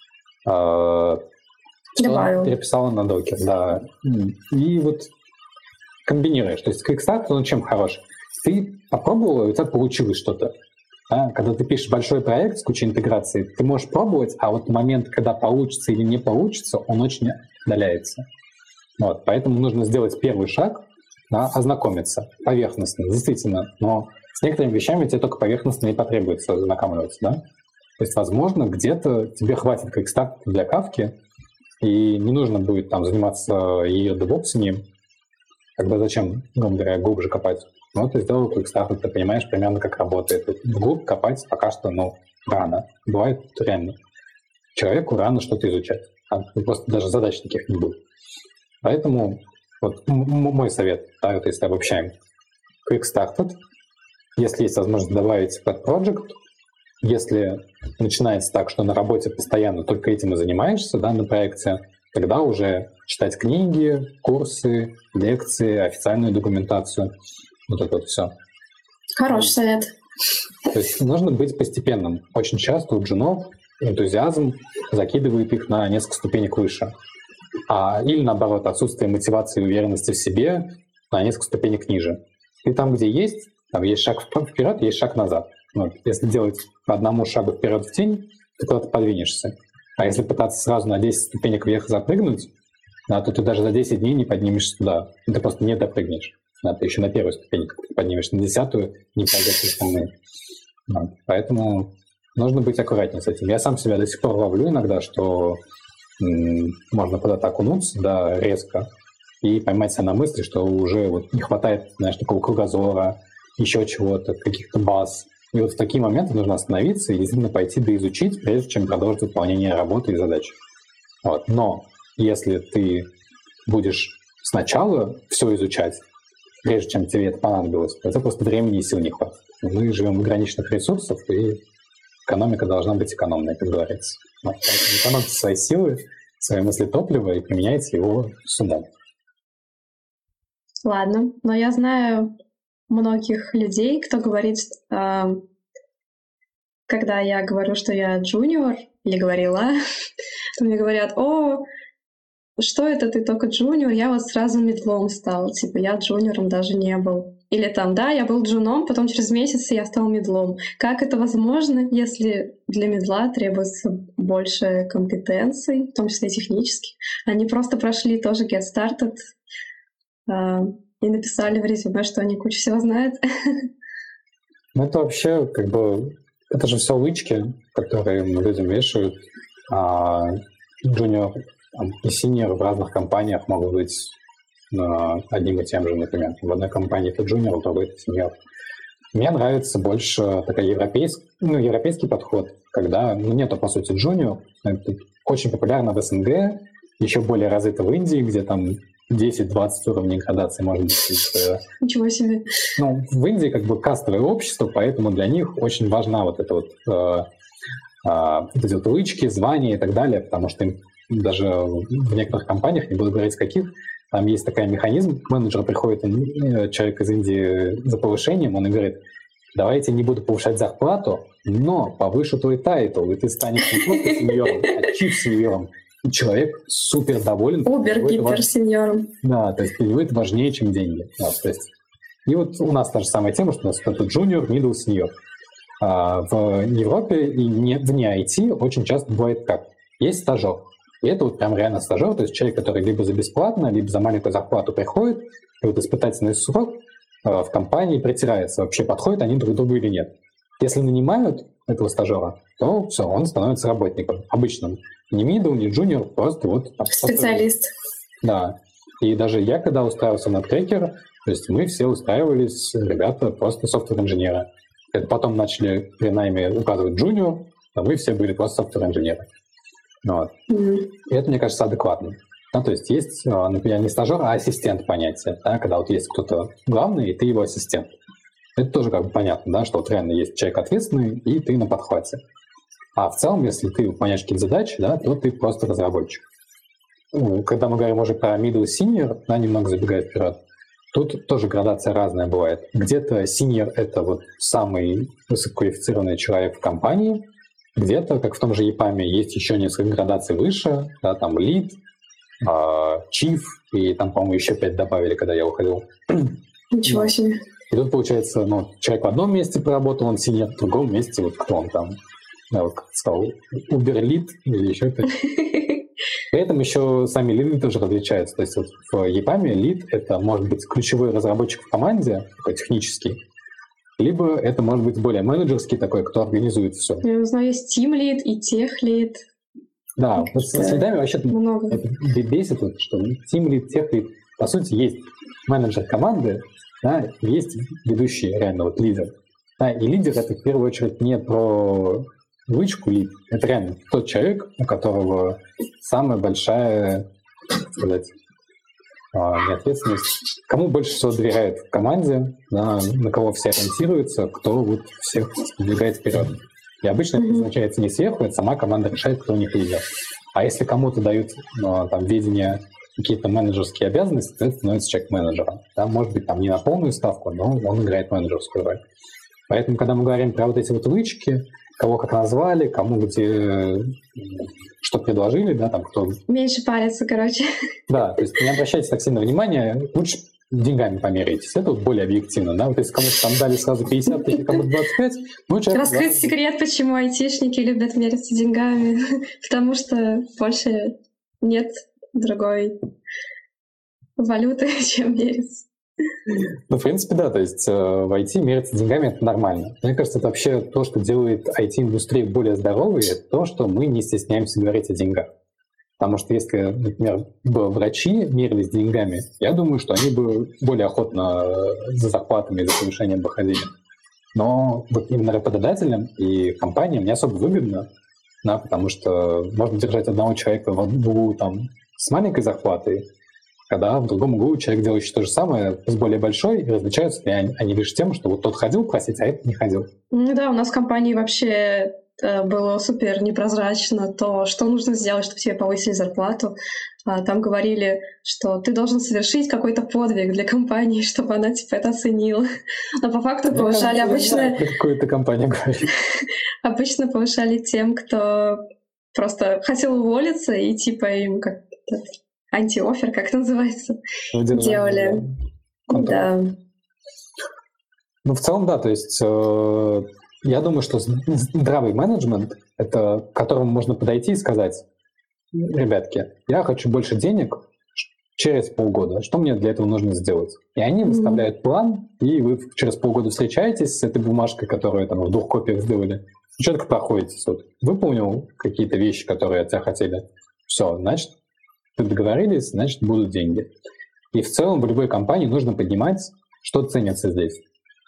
A: переписала на докер, да. И вот комбинируешь. То есть Quick Start, он чем хорош? Ты попробовал, и у тебя получилось что-то. Да? Когда ты пишешь большой проект с кучей интеграций, ты можешь пробовать, а вот момент, когда получится или не получится, он очень отдаляется. Вот. Поэтому нужно сделать первый шаг, да, ознакомиться поверхностно, действительно. Но с некоторыми вещами тебе только поверхностно и потребуется ознакомливаться. Да? То есть, возможно, где-то тебе хватит Quick-Start для кавки, и не нужно будет там заниматься ее девопсами, когда зачем, грубо говоря, глубже копать. Ну, ты сделал Quick-Start, ты понимаешь примерно, как работает. Вглубь копать пока что, рано. Бывает реально. Человеку рано что-то изучать. Просто даже задач таких не будет. Поэтому вот мой совет, да, вот если обобщаем. Quick-Started. Если есть возможность добавить Pet Project, если начинается так, что на работе постоянно только этим и занимаешься, да, на проекте, тогда уже читать книги, курсы, лекции, официальную документацию. Вот это вот все.
B: Хороший совет.
A: То есть нужно быть постепенным. Очень часто у джунов энтузиазм закидывает их на несколько ступенек выше. Или наоборот, отсутствие мотивации и уверенности в себе на несколько ступенек ниже. И там, где есть, там есть шаг вперед, есть шаг назад. Вот. Если делать по одному шагу вперед в тень, ты куда-то подвинешься. А если пытаться сразу на 10 ступенек вверх запрыгнуть, то ты даже за 10 дней не поднимешься туда. Ты просто не допрыгнешь. Ты еще на первую ступеньку поднимешь, на 10-ю не пойдешь остальные. Поэтому нужно быть аккуратнее с этим. Я сам себя до сих пор ловлю иногда, что можно куда-то окунуться, да, резко, и поймать себя на мысли, что уже вот не хватает, знаешь, такого кругозора, еще чего-то, каких-то баз. И вот в такие моменты нужно остановиться и действительно пойти доизучить, прежде чем продолжить выполнение работы и задач. Вот. Но если ты будешь сначала все изучать, прежде чем тебе это понадобилось, то это просто времени и сил не хватит. Мы живем в ограниченных ресурсах, и экономика должна быть экономной, как говорится. Вот. Экономьте свои силы, свои мысли топлива и применяйте его с умом.
B: Ладно, но я знаю многих людей, кто говорит, когда я говорю, что я джуниор, или говорила, то мне говорят: о, что это ты только джуниор? Я вот сразу мидлом стал. Типа, я джуниором даже не был. Или там, да, я был джуном, потом через месяц я стал мидлом. Как это возможно, если для мидла требуется больше компетенций, в том числе и технических? Они просто прошли тоже Get Started и написали в резюме, что они кучу всего знают.
A: Ну, это вообще, это же все лычки, которые людям вешают. Джуниор и синьор в разных компаниях могут быть одним и тем же, например. В одной компании ты джуниор, в другой ты синьор. Мне нравится больше такой европейский подход, когда нету, по сути, junior. Это очень популярно в СНГ, еще более развито в Индии, где там 10-20 уровней градации может быть.
B: Ничего себе.
A: Ну, в Индии как бы кастовое общество, поэтому для них очень важна вот эта эти вот лычки, звания и так далее, потому что им даже в некоторых компаниях, не буду говорить каких, там есть такой механизм, менеджер приходит, человек из Индии за повышением, он и говорит: давайте не буду повышать зарплату, но повышу твой тайтл, и ты станешь не просто сеньором, а чиф-сеньором. И человек супер доволен.
B: Убер-гипер-сеньором.
A: Да, то есть для него это важнее, чем деньги. Вот, то есть. И вот у нас та же самая тема, что у нас это junior, middle, senior. В Европе и вне IT очень часто бывает как? Есть стажер. И это вот прям реально стажер, то есть человек, который либо за бесплатно, либо за маленькую зарплату приходит, и вот испытательный срок в компании притирается, вообще подходят они друг другу или нет. Если нанимают этого стажера, то все, он становится работником обычным. Не middle, не junior, просто вот...
B: Специалист.
A: Да. И даже я, когда устраивался на трекер, то есть мы все устраивались, ребята, просто софтвер-инженеры. Это потом начали при найме указывать junior, а мы все были просто софтвер-инженеры. Вот. И это, мне кажется, адекватно. Ну, то есть есть, например, не стажер, а ассистент понятие. Да? Когда вот есть кто-то главный, и ты его ассистент. Это тоже как бы понятно, да, что вот реально есть человек ответственный, и ты на подхвате. А в целом, если ты выполняешь какие-то задачи, да, то ты просто разработчик. Когда мы говорим уже про middle senior, да, немного забегая вперед, тут тоже градация разная бывает. Где-то senior — это вот самый высококвалифицированный человек в компании, где-то, как в том же EPAM, есть еще несколько градаций выше, да, там lead, chief, и там, по-моему, еще 5 добавили, когда я уходил.
B: Ничего себе.
A: И тут, получается, человек в одном месте поработал, он senior, в другом месте, вот кто он там, да, вот, как ты сказал, Uber lead или еще кто-то. При этом еще сами лиды тоже различаются. То есть вот в EPAM лид — это может быть ключевой разработчик в команде, такой технический, либо это может быть более менеджерский такой, кто организует все.
B: Я знаю, есть team lead и tech lead.
A: Да, вот с лидами вообще
B: много.
A: Это бесит, что team lead, tech lead, по сути, есть менеджер команды, да, есть ведущий реально вот лидер. Да, и лидер — это в первую очередь не про лычку лид, это реально тот человек, у которого самая большая, так сказать, неответственность, кому больше всего доверяют в команде, да, на кого все ориентируются, кто вот всех двигает вперед. И обычно это назначается не сверху, это сама команда решает, кто у них лидер. А если кому-то дают там ведение какие-то менеджерские обязанности, то это становится человек менеджером. Да, может быть, там не на полную ставку, но он играет менеджерскую роль. Поэтому, когда мы говорим про вот эти вот лычки, кого как назвали, кому где что предложили, да, там кто...
B: Меньше париться, короче.
A: Да, то есть не обращайте так сильно внимания, лучше деньгами померяйтесь. Это вот более объективно, да. Вот если кому-то там дали сразу 50 тысяч, кому-то 25,
B: Раскрыть секрет, почему айтишники любят мериться деньгами. Потому что больше нет другой валюты, чем мериться.
A: Ну, в принципе, да, то есть в IT мериться деньгами — это нормально. Мне кажется, это вообще то, что делает IT-индустрию более здоровой, это то, что мы не стесняемся говорить о деньгах. Потому что если, например, бы врачи мерились деньгами, я думаю, что они бы более охотно за зарплатами и за повышением бы ходили. Но вот именно работодателям и компаниям не особо выгодно, да, потому что можно держать одного человека в углу там с маленькой зарплатой, когда в другом углу человек, делающий то же самое, с более большой, и различаются они лишь тем, что вот тот ходил просить, а этот не ходил.
B: Ну да, у нас в компании вообще было супер непрозрачно то, что нужно сделать, чтобы тебе повысили зарплату. Там говорили, что ты должен совершить какой-то подвиг для компании, чтобы она типа это оценила. Но по факту повышали обычно...
A: Какую-то компанию говорит.
B: Обычно повышали тем, кто просто хотел уволиться, и типа им как антиофер, как это называется, делали. Да.
A: Ну, в целом, да, то есть я думаю, что здравый менеджмент — это к которому можно подойти и сказать: ребятки, я хочу больше денег через полгода, что мне для этого нужно сделать? И они выставляют план, и вы через полгода встречаетесь с этой бумажкой, которую там в 2 копиях сделали, и четко проходите. Вот, выполнил какие-то вещи, которые от тебя хотели, все, значит, вы договорились, значит, будут деньги. И в целом в любой компании нужно понимать, что ценится здесь.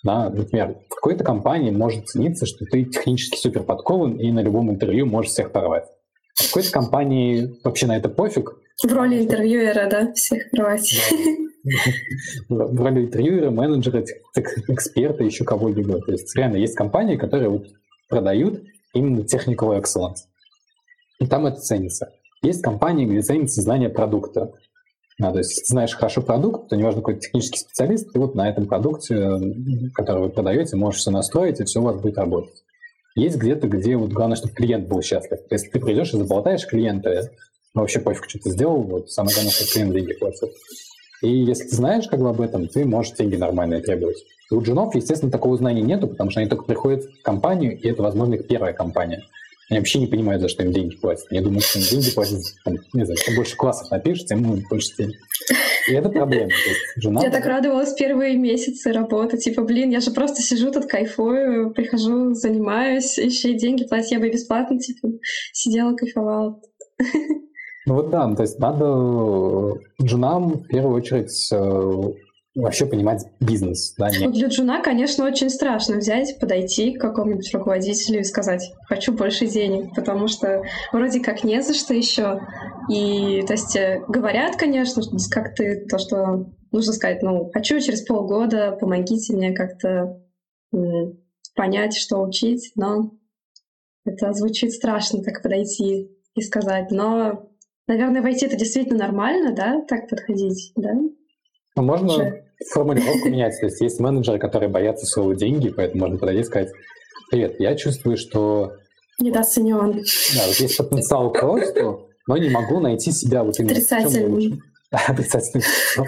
A: Да? Например, в какой-то компании может цениться, что ты технически супер подкован и на любом интервью можешь всех порвать. А в какой-то компании вообще на это пофиг.
B: В роли интервьюера, да, всех порвать.
A: В роли интервьюера, менеджера, эксперта, еще кого-либо. То есть реально есть компании, которые вот продают именно technical excellence. И там это ценится. Есть компании, где ценится знание продукта. То есть, если ты знаешь хорошо продукт, то неважно, какой технический специалист, ты вот на этом продукте, который вы продаете, можешь все настроить, и все у вас будет работать. Есть где-то, где вот главное, чтобы клиент был счастлив. Если ты придешь и заболтаешь клиента, вообще пофиг, что ты сделал, вот самое главное, что клиент деньги платит. И если ты знаешь как бы об этом, ты можешь деньги нормальные требовать. И у джунов, естественно, такого знания нету, потому что они только приходят в компанию, и это, возможно, их первая компания. Они вообще не понимают, за что им деньги платят. Они думают, что им деньги платят, там, не знаю, чем больше классов напишешь, тем больше денег. И это проблема.
B: Я так радовалась первые месяцы работы. Типа, я же просто сижу тут, кайфую, прихожу, занимаюсь, еще и деньги платят. Я бы бесплатно, типа, сидела, кайфовала.
A: Ну вот да, то есть надо джунам в первую очередь вообще понимать бизнес. Да,
B: Для джуна, конечно, очень страшно взять, подойти к какому-нибудь руководителю и сказать: хочу больше денег, потому что вроде как не за что еще. И, то есть, говорят, конечно, как ты, то, что нужно сказать, хочу через полгода, помогите мне как-то понять, что учить, но это звучит страшно, так подойти и сказать. Но, наверное, в IT это действительно нормально, да, так подходить, да?
A: Можно формулировку менять. То есть есть менеджеры, которые боятся своего деньги, поэтому можно подойти и сказать: привет, я чувствую, что
B: недооценен.
A: Да, вот есть потенциал к росту, но не могу найти себя вот именно.
B: Отрицательный.
A: Отрицательный.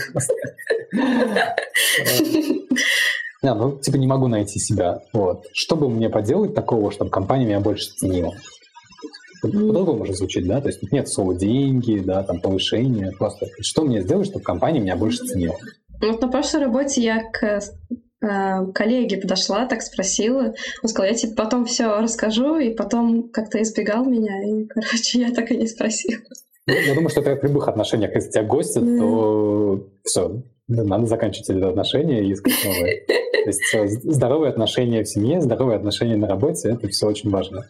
A: Не могу найти себя. Вот. Что бы мне поделать такого, чтобы компания меня больше ценила? По-другому может звучить, да? То есть нет слова деньги, да, там повышение. Просто что мне сделать, чтобы компания меня больше ценила?
B: Вот на прошлой работе я к коллеге подошла, так спросила. Он сказал: я тебе потом все расскажу, и потом как-то избегал меня. И, я так и не спросила.
A: Я думаю, что это в любых отношениях. Если тебя гостят, то все, надо заканчивать эти отношения и искать новые. То есть здоровые отношения в семье, здоровые отношения на работе — это все очень важно.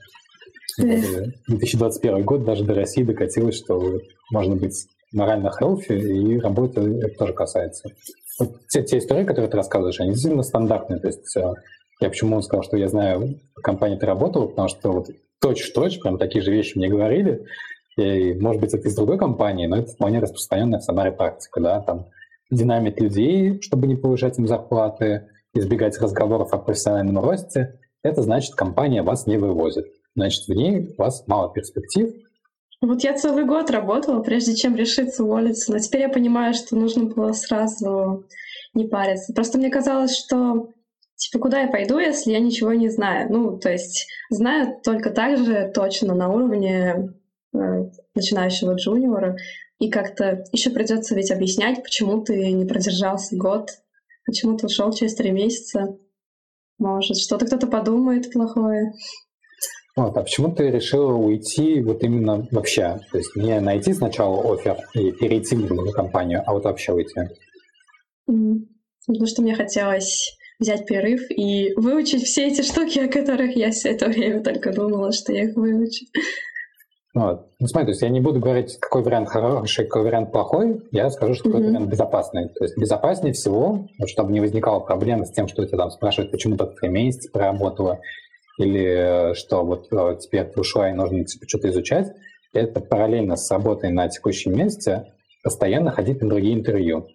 A: 2021 год даже до России докатилось, что можно быть морально healthy, и работа это тоже касается. Вот те истории, которые ты рассказываешь, они действительно стандартные. То есть я почему сказал, что я знаю, в компании ты работал, потому что вот точь-в-точь прям такие же вещи мне говорили. И, может быть, это из другой компании, но это вполне распространенная в Самаре практика. Да? Там динамить людей, чтобы не повышать им зарплаты, избегать разговоров о профессиональном росте. Это значит, компания вас не вывозит. Значит, в ней у вас мало перспектив.
B: Вот я целый год работала, прежде чем решиться уволиться. Но теперь я понимаю, что нужно было сразу не париться. Просто мне казалось, что куда я пойду, если я ничего не знаю? То есть знаю только так же точно на уровне начинающего джуниора. И как-то еще придется ведь объяснять, почему ты не продержался год, почему ты ушел через 3 месяца. Может, что-то кто-то подумает плохое.
A: А почему ты решила уйти вот именно вообще? То есть не найти сначала оффер и перейти в другую компанию, а вот вообще уйти?
B: Потому что мне хотелось взять перерыв и выучить все эти штуки, о которых я все это время только думала, что я их выучу.
A: Смотри, то есть я не буду говорить, какой вариант хороший, какой вариант плохой, я скажу, что какой вариант безопасный. То есть безопаснее всего, чтобы не возникало проблемы с тем, что тебя там спрашивают, почему ты 3 месяца проработала, или что вот теперь ты ушла и нужно что-то изучать, это параллельно с работой на текущем месте постоянно ходить на другие интервью.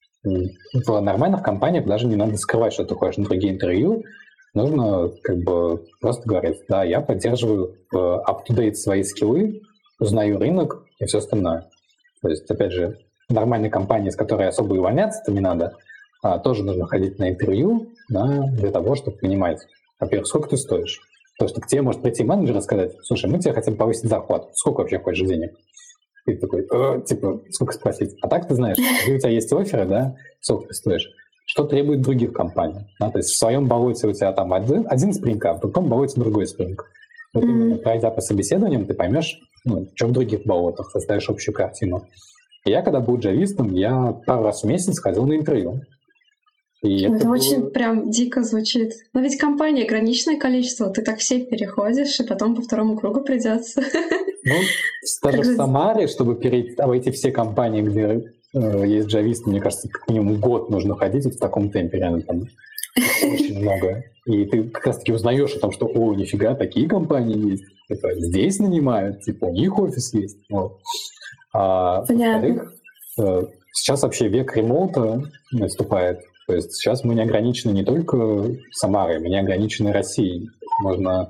A: В нормальных компаниях даже не надо скрывать, что ты ходишь на другие интервью, нужно просто говорить: да, я поддерживаю up-to-date свои скиллы, узнаю рынок и все остальное. То есть, опять же, в нормальной компании, с которой особо увольняться-то не надо, тоже нужно ходить на интервью, да, для того, чтобы понимать, во-первых, сколько ты стоишь. Потому что к тебе может прийти менеджер и сказать: слушай, мы тебе хотим повысить зарплату, сколько вообще хочешь денег? И ты такой: сколько спросить? А так ты знаешь, если у тебя есть офферы, да, сколько ты стоишь, что требует других компаний. Да? То есть в своем болоте у тебя там один спринг, а в другом болоте другой спринг. Вот именно пройдя по собеседованиям, ты поймешь, что в других болотах, составишь общую картину. И я, когда был джавистом, я пару раз в месяц ходил на интервью. И
B: это очень прям дико звучит. Но ведь компания ограниченное количество, ты так все переходишь, и потом по второму кругу придется.
A: Ну, даже в Самаре, чтобы обойти все компании, где есть джависты, мне кажется, как минимум год нужно ходить в таком темпе, реально там очень много. И ты как раз-таки узнаешь о том, что, о, нифига, такие компании есть, это здесь нанимают, типа у них офис есть. Вот. А во-вторых, сейчас вообще век ремоута наступает. То есть сейчас мы не ограничены не только Самарой, мы не ограничены Россией. Можно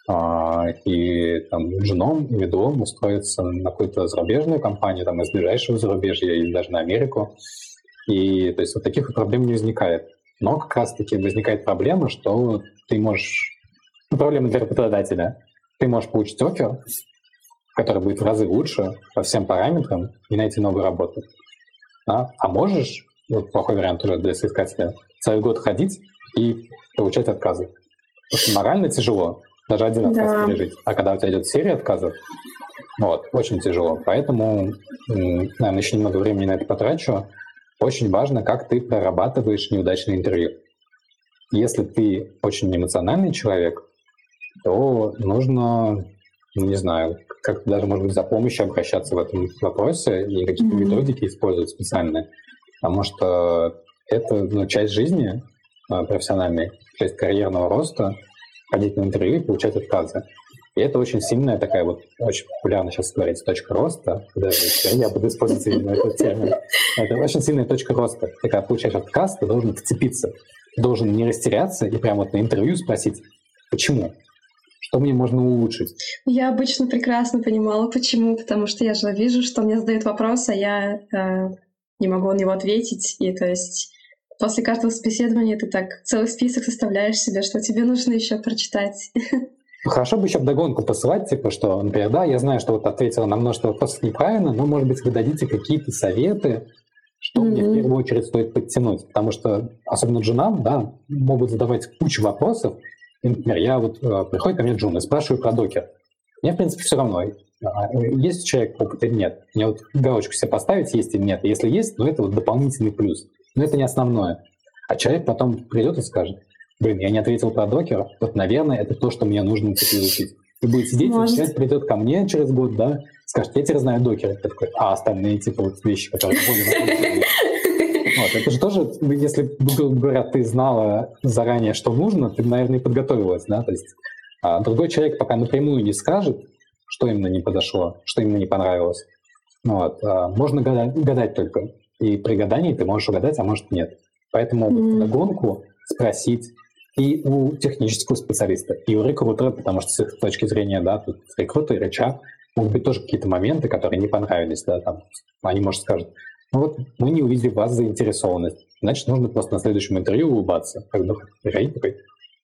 A: и там женом, и видом устроиться на какую-то зарубежную компанию, там из ближайшего зарубежья, или даже на Америку. И то есть вот таких проблем не возникает. Но как раз-таки возникает проблема, что ты можешь... Ну, проблема для работодателя. Ты можешь получить оффер, который будет в разы лучше по всем параметрам, и найти новую работу. Да? А можешь, вот плохой вариант уже для соискателя, целый год ходить и получать отказы. Потому что морально тяжело. Даже один отказ пережить. А когда у тебя идет серия отказов, вот, очень тяжело. Поэтому, наверное, еще немного времени на это потрачу. Очень важно, как ты прорабатываешь неудачное интервью. Если ты очень эмоциональный человек, то нужно, не знаю, как-то даже, может быть, за помощью обращаться в этом вопросе и какие-то методики использовать специальные. Потому что это часть жизни профессиональной, часть карьерного роста, ходить на интервью и получать отказы. И это очень сильная такая вот, очень популярно сейчас говорить, точка роста. Даже я буду использовать именно этот термин. Это очень сильная точка роста. Ты когда получаешь отказ, ты должен вцепиться. Ты должен не растеряться и прямо вот на интервью спросить, почему? Что мне можно улучшить?
B: Я обычно прекрасно понимала, почему. Потому что я же вижу, что мне задают вопрос, а я не могу на него ответить. И то есть после каждого собеседования ты так целый список составляешь себе, что тебе нужно еще прочитать.
A: Хорошо бы еще вдогонку посылать, типа, что, например, да, я знаю, что вот ответила на множество вопросов неправильно, но, может быть, вы дадите какие-то советы, что мне в первую очередь стоит подтянуть. Потому что, особенно джунам, да, могут задавать кучу вопросов. И, например, я вот приходит ко мне джун и спрашиваю про докер. Мне, в принципе, все равно, есть у человека опыт или нет. Мне вот галочку себе поставить, есть или нет. Если есть, то это вот дополнительный плюс. Но это не основное. А человек потом придет и скажет, блин, я не ответил про докер, вот, наверное, это то, что мне нужно изучить. И будет сидеть, и человек придет ко мне через год, да, скажет, я теперь знаю докер. Я такой, а остальные, типа, вот вещи, которые более... Вот, это же тоже, если, грубо говоря, ты знала заранее, что нужно, ты, наверное, и подготовилась, да, то есть другой человек пока напрямую не скажет, что именно не подошло, что именно не понравилось. Вот, можно гадать только. И при гадании ты можешь угадать, а может нет. Поэтому вдогонку спросить и у технического специалиста, и у рекрутера, потому что с их точки зрения, да, тут рекрутер и HR могут быть тоже какие-то моменты, которые не понравились, да, там, они, может, скажут, ну вот мы не увидели в вас заинтересованность, значит, нужно просто на следующем интервью улыбаться. Как бы, такой,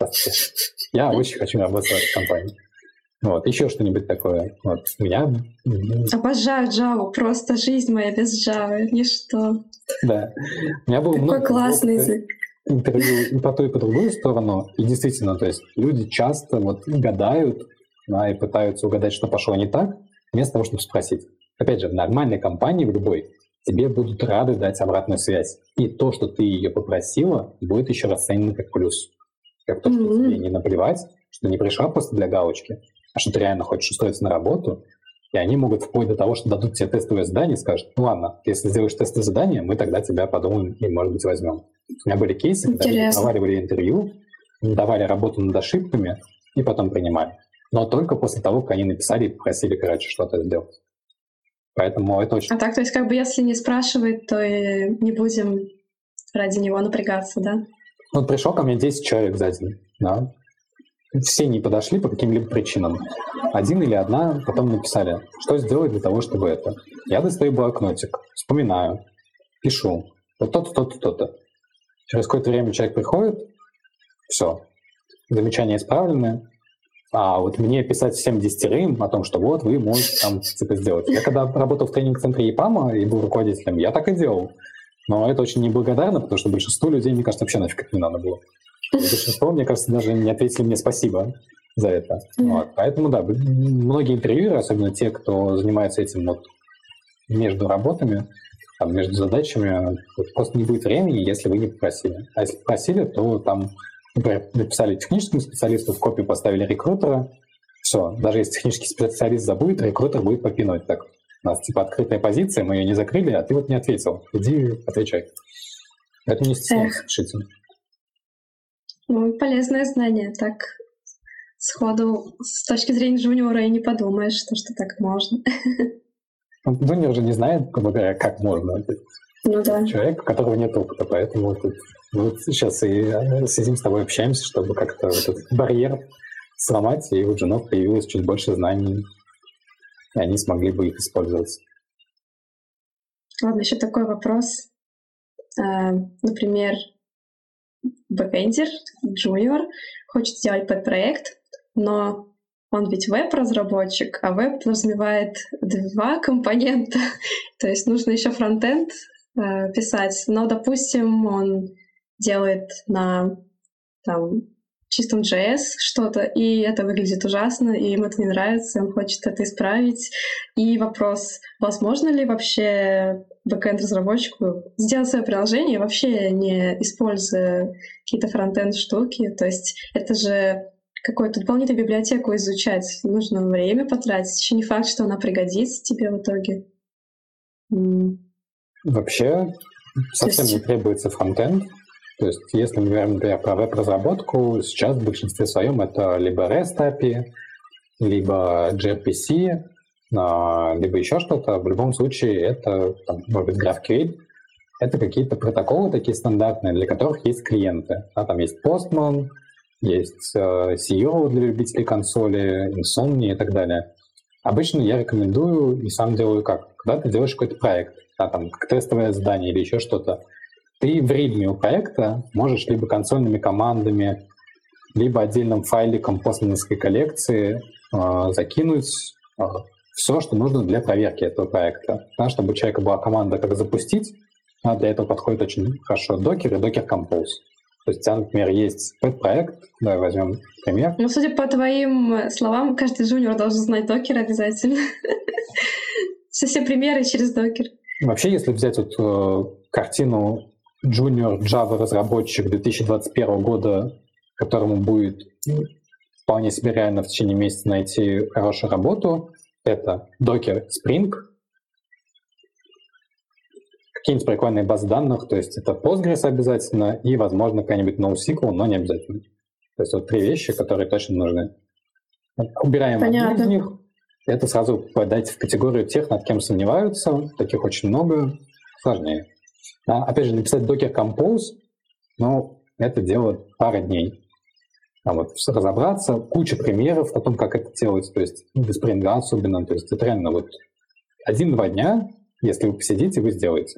A: я очень хочу работать в вашей компании. Вот, еще что-нибудь такое. Вот, меня...
B: Обожаю Java, просто жизнь моя без Java, ничто.
A: Да. У меня было
B: такой классный язык.
A: Интервью и по ту, и по другую сторону. И действительно, то есть люди часто вот гадают, да, и пытаются угадать, что пошло не так, вместо того, чтобы спросить. Опять же, в нормальной компании, в любой, тебе будут рады дать обратную связь. И то, что ты ее попросила, будет еще расценено как плюс. Как то, что тебе не наплевать, что не пришла просто для галочки, а что ты реально хочешь устроиться на работу. И они могут вплоть до того, что дадут тебе тестовое задание и скажут, ну ладно, если сделаешь тестовое задание, мы тогда тебя подумаем и, может быть, возьмем. У меня были кейсы, когда люди проваливали интервью, давали работу над ошибками и потом принимали. Но только после того, как они написали и попросили, короче, что-то сделать. Поэтому это очень...
B: А так, то есть, как бы, если не спрашивает, то и не будем ради него напрягаться, да?
A: Вот пришел ко мне 10 человек за день, да. Все не подошли по каким-либо причинам. Один или одна потом написали, что сделать для того, чтобы это. Я достаю блокнотик, вспоминаю, пишу. Вот то-то, то-то, то-то. Через какое-то время человек приходит, все, замечания исправлены, а вот мне писать всем 10 о том, что вот вы можете там типа сделать. Я когда работал в тренинг-центре ЕПАМа и был руководителем, я так и делал. Но это очень неблагодарно, потому что большинству людей, мне кажется, вообще нафиг не надо было. Большинство, мне кажется, даже не ответили мне спасибо за это. Вот. Поэтому, да, многие интервьюеры, особенно те, кто занимается этим вот между работами, там, между задачами просто не будет времени, если вы не попросили. А если попросили, то там, например, написали техническому специалисту, в копию поставили рекрутера, все, даже если технический специалист забудет, рекрутер будет попинать так. У нас типа открытая позиция, мы ее не закрыли, а ты вот не ответил. Иди, отвечай. Это не стесняйся, пишите.
B: Ну, полезное знание. Так сходу, с точки зрения джуниора, и не подумаешь, что так можно.
A: Джуниор же не знает, грубо говоря, как можно.
B: Ну да.
A: Человек, у которого нет опыта, поэтому вот сейчас и сидим с тобой, общаемся, чтобы как-то этот барьер сломать, и у джунов появилось чуть больше знаний, и они смогли бы их использовать.
B: Ладно, еще такой вопрос. Например, бэкэндер, джуниор, хочет сделать подпроект, но он ведь веб-разработчик, а веб подразумевает 2 компонента, то есть нужно еще фронтенд писать, но, допустим, он делает на чистом JS что-то, и это выглядит ужасно, и им это не нравится, он хочет это исправить. И вопрос, возможно ли вообще бэкэнд-разработчику сделать свое приложение, вообще не используя какие-то фронтенд-штуки? То есть это же какую-то дополнительную библиотеку изучать. Нужно время потратить. Еще не факт, что она пригодится тебе в итоге.
A: Вообще совсем не требуется фронтенд. То есть, если мы говорим, например, про веб-разработку, сейчас в большинстве своем это либо REST API, либо gRPC, либо еще что-то. В любом случае, это, может быть, GraphQL. Это какие-то протоколы такие стандартные, для которых есть клиенты. Там есть Postman, есть CEO для любителей консоли, Insomnia и так далее. Обычно я рекомендую и сам делаю как? Когда ты делаешь какой-то проект, там, как тестовое задание или еще что-то, ты в readme у проекта можешь либо консольными командами, либо отдельным файликом постмановской коллекции закинуть все, что нужно для проверки этого проекта. Чтобы у человека была команда, как запустить, для этого подходит очень хорошо Docker и Docker Compose. То есть у тебя, например, есть пэт-проект, давай возьмем пример.
B: Ну, судя по твоим словам, каждый джуниор должен знать Docker обязательно. Все примеры через Docker.
A: Вообще, если взять картину Junior Java разработчик 2021 года, которому будет вполне себе реально в течение месяца найти хорошую работу, это Docker Spring, какие-нибудь прикольные базы данных, то есть это Postgres обязательно и, возможно, какая-нибудь NoSQL, но не обязательно. То есть 3 вещи, которые точно нужны. Убираем одну из них, это сразу попадать в категорию тех, над кем сомневаются, таких очень много, сложнее. Опять же, написать Docker Compose, это дело пара дней. Разобраться, куча примеров о том, как это делать, то есть без Spring особенно, то есть это реально 1-2 дня, если вы посидите, вы сделаете.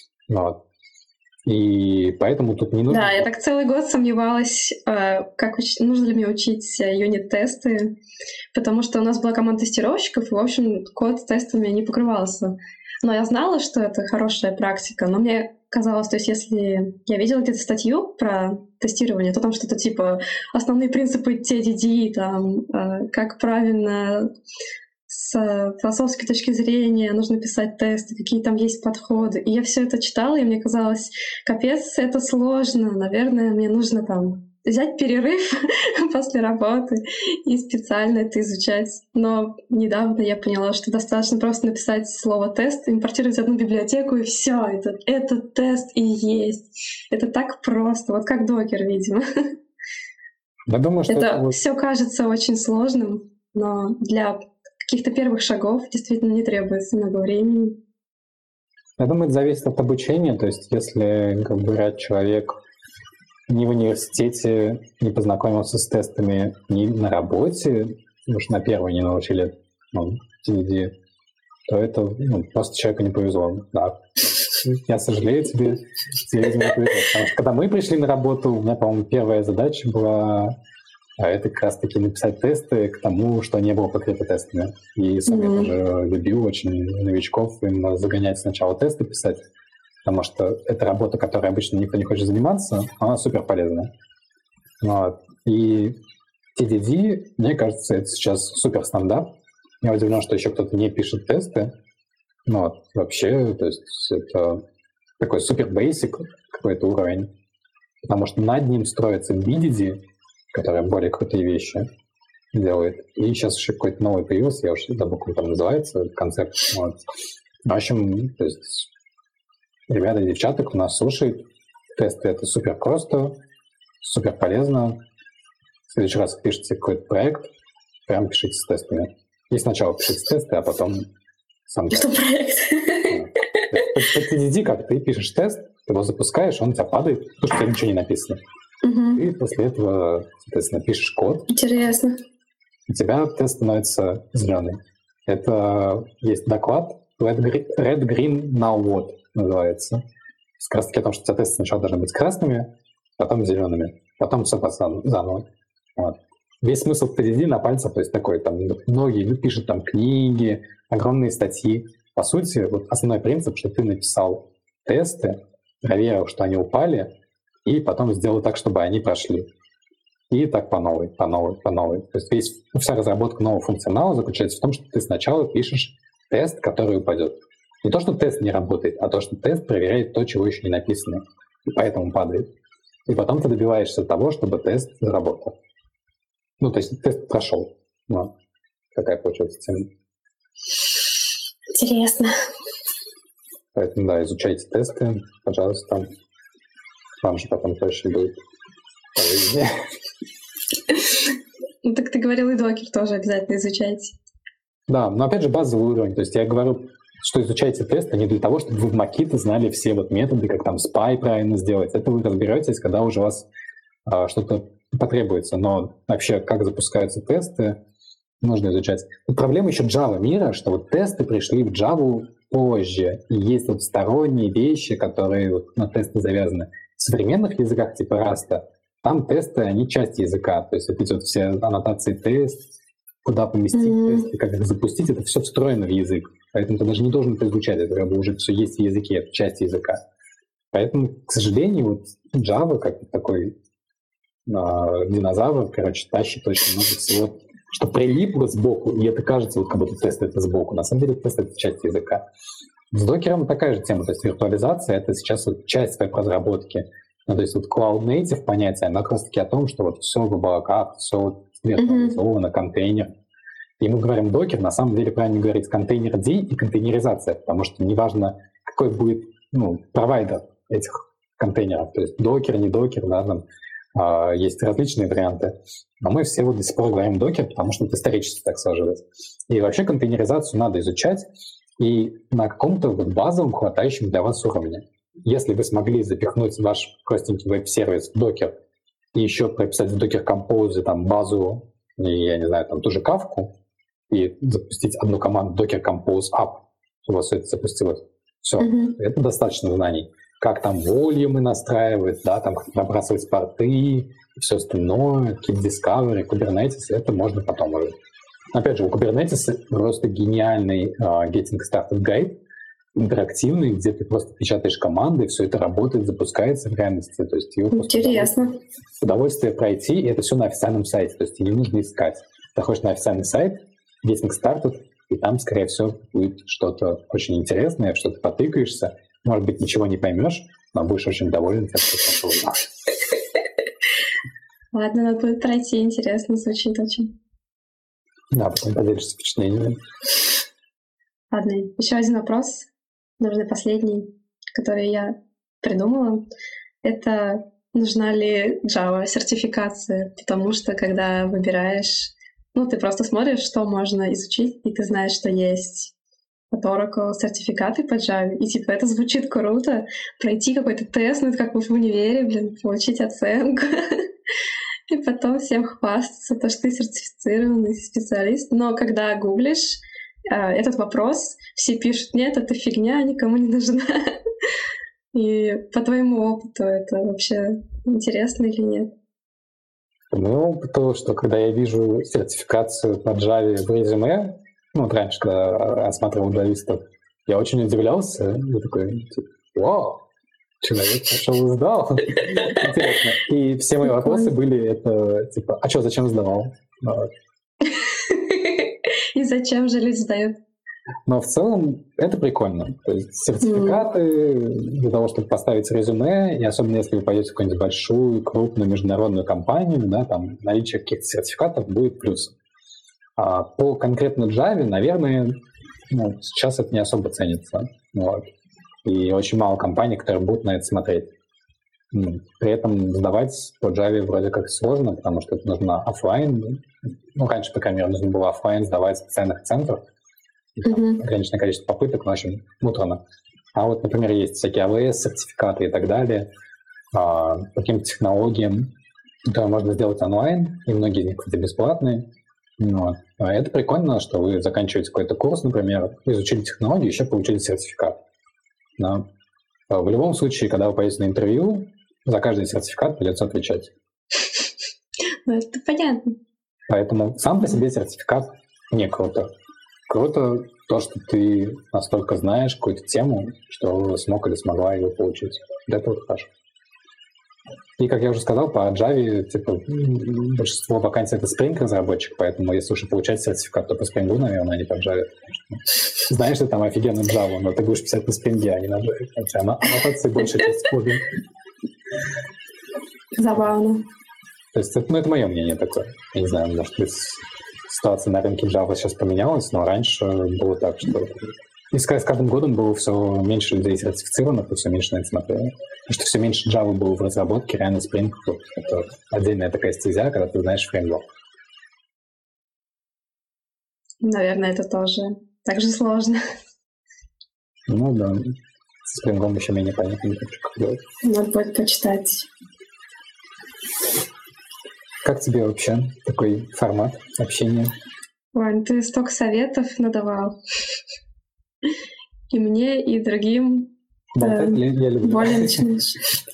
A: И поэтому тут не нужно...
B: Да, я так целый год сомневалась, нужно ли мне учить юнит-тесты, потому что у нас была команда тестировщиков, и, в общем, код тестами не покрывался. Но я знала, что это хорошая практика, но мне казалось, то есть если я видела где-то статью про тестирование, то там что-то типа основные принципы TDD, как правильно с философской точки зрения нужно писать тесты, какие там есть подходы. И я все это читала, и мне казалось, капец, это сложно. Наверное, мне нужно взять перерыв после работы и специально это изучать. Но недавно я поняла, что достаточно просто написать слово «тест», импортировать одну библиотеку, и все, этот тест и есть. Это так просто, как докер, видимо.
A: Я думаю, что
B: это все кажется очень сложным, но для каких-то первых шагов действительно не требуется много времени.
A: Я думаю, это зависит от обучения. То есть если, человек ни в университете не познакомился с тестами, ни на работе, потому что на первой не научили TDD, то это просто человеку не повезло. Да. Я сожалею тебе не повезло. Потому что когда мы пришли на работу, у меня, по-моему, первая задача была это как раз-таки написать тесты к тому, что не было покрыто тестами. И сам я тоже любил очень новичков им загонять сначала тесты писать, потому что это работа, которой обычно никто не хочет заниматься, она супер полезна. И TDD, мне кажется, это сейчас супер стандарт. Я удивлен, что еще кто-то не пишет тесты. Ну, вот, вообще, то есть это такой супер basic какой-то уровень, потому что над ним строится BDD, которая более крутые вещи делает. И сейчас еще какой-то новый появился, я уже забыл, как там называется, концепт. Вот. В общем, то есть ребята и девчата, кто нас слушает, тесты — это супер просто, супер полезно. В следующий раз пишите какой-то проект, прям пишите с тестами. И сначала пишите тесты, а потом сам тест.
B: Что проект?
A: По TDD, как ты пишешь тест, ты его запускаешь, он у тебя падает, потому что у тебя ничего не написано. И после этого, соответственно, пишешь код.
B: Интересно.
A: У тебя тест становится зеленый. Это есть доклад Red, Green, Now What называется. Как раз таки о том, что у тебя тесты сначала должны быть красными, потом зелеными, потом все заново. Вот. Весь смысл TDD на пальцах, то есть такой, там, многие пишут там книги, огромные статьи. По сути, вот основной принцип, что ты написал тесты, проверил, что они упали, и потом сделал так, чтобы они прошли. И так по новой. То есть вся разработка нового функционала заключается в том, что ты сначала пишешь тест, который упадет. Не то, что тест не работает, а то, что тест проверяет то, чего еще не написано, и поэтому падает. И потом ты добиваешься того, чтобы тест заработал. Ну, то есть тест прошел. Вот. Такая получается тема.
B: Интересно.
A: Поэтому, да, изучайте тесты, пожалуйста. Вам же потом проще будет по жизни.
B: Ну, так ты говорил, и докер тоже обязательно изучайте.
A: Да, но опять же базовый уровень. То есть я говорю, что изучайте тесты не для того, чтобы вы в Mockito знали все вот методы, как там spy правильно сделать. Это вы разберетесь, когда уже у вас что-то потребуется. Но вообще, как запускаются тесты, нужно изучать. Но проблема еще Java мира, что вот тесты пришли в Java позже. И есть вот сторонние вещи, которые вот на тесты завязаны. В современных языках типа Rust там тесты, они часть языка. То есть эти вот все аннотации тест, куда поместить тесты, как их запустить, это все встроено в язык. Поэтому ты даже не должен это изучать. Это как бы уже все есть в языке, это часть языка. Поэтому, к сожалению, вот Java как такой динозавр, короче, тащит очень много всего, что прилипло сбоку, и это кажется, вот как будто тест это сбоку. На самом деле тест — это часть языка. С докером такая же тема, то есть виртуализация — это сейчас вот часть веб-разработки. Ну, то есть вот Cloud Native понятие, оно как раз-таки о том, что вот все в облаках, все вот виртуализовано, контейнер. И мы говорим докер, на самом деле правильно говорить контейнер-D и контейнеризация, потому что неважно, какой будет провайдер этих контейнеров, то есть докер, не докер, да, там есть различные варианты. Но мы все вот до сих пор говорим докер, потому что это исторически так сложилось. И вообще контейнеризацию надо изучать и на каком-то вот базовом, хватающем для вас уровне. Если вы смогли запихнуть ваш простенький веб-сервис в докер и еще прописать в Docker Compose там базу, и, я не знаю, там ту же кавку, и запустить одну команду Docker Compose App, у вас это запустилось, все, это достаточно знаний. Как там волюмы настраивать, да, там как пробрасывать порты и все остальное, Kit Discovery, Kubernetes, это можно потом уже. Опять же, у Kubernetes просто гениальный Getting Started Guide, интерактивный, где ты просто печатаешь команды, и все это работает, запускается в реальности. То есть его
B: интересно.
A: Удовольствие пройти, и это все на официальном сайте. То есть тебе не нужно искать. Заходишь на официальный сайт, Getting Started, и там, скорее всего, будет что-то очень интересное, в что ты потыкаешься. Может быть, ничего не поймешь, но будешь очень доволен тем, что пошел.
B: Ладно, надо будет пройти, интересно звучит очень.
A: Да, потом поделишься впечатлениями.
B: Ладно, еще один вопрос, наверное, последний, который я придумала. Это нужна ли Java сертификация? Потому что, когда выбираешь, ты просто смотришь, что можно изучить, и ты знаешь, что есть от Oracle сертификаты по Java, и типа это звучит круто, пройти какой-то тест, это как в универе, получить оценку, и потом всем хвастаться, то, что ты сертифицированный специалист. Но когда гуглишь этот вопрос, все пишут: нет, это фигня, никому не нужна. И по твоему опыту это вообще интересно или нет?
A: По моему опыту, что когда я вижу сертификацию по Java в резюме, раньше, когда осматривал джавистов, я очень удивлялся. Я такой, вау, человек пошел и сдал. Интересно. И все мои вопросы были это, типа, а что, зачем сдавал?
B: И зачем же люди сдают?
A: Но в целом это прикольно. То есть сертификаты для того, чтобы поставить резюме, и особенно если вы пойдете в какую-нибудь большую, крупную международную компанию, да, там наличие каких-то сертификатов будет плюсом. А по конкретно Java, наверное, сейчас это не особо ценится. Вот. И очень мало компаний, которые будут на это смотреть. При этом сдавать по Java вроде как сложно, потому что это нужно офлайн. Раньше, по крайней мере, нужно было офлайн сдавать в специальных центрах. Ограниченное количество попыток, но очень муторно. А вот, например, есть всякие AWS-сертификаты и так далее по каким-то технологиям, которые можно сделать онлайн, и многие из них, кстати, бесплатные. Вот. Это прикольно, что вы заканчиваете какой-то курс, например, изучили технологию, еще получили сертификат. Да. В любом случае, когда вы поедете на интервью, за каждый сертификат придется отвечать.
B: Ну, это понятно.
A: Поэтому сам по себе сертификат не круто. Круто то, что ты настолько знаешь какую-то тему, что смог или смогла ее получить. Это вот хорошо. И, как я уже сказал, по Java, большинство вакансий — это Spring-разработчик, поэтому если уж получать сертификат, то по Spring, наверное, а не по Java. Знаешь, ты там офигенный Java, но ты будешь писать на Spring, а не на Java. Аннотации больше используем.
B: Забавно.
A: То есть, это мое мнение такое. Я не знаю, может быть, ситуация на рынке Java сейчас поменялась, но раньше было так, что с каждым годом было все меньше людей сертифицированных, и все меньше на это смотрели. Потому что все меньше Java было в разработке, реально Spring — это отдельная такая стезя, когда ты знаешь фреймворк.
B: Наверное, это тоже так же сложно.
A: Ну да, с Spring еще менее понятно, как делать.
B: Надо будет почитать.
A: Как тебе вообще такой формат общения?
B: Вань, ты столько советов надавал. И мне, и другим.
A: Болтать я люблю.
B: Более начинаешь.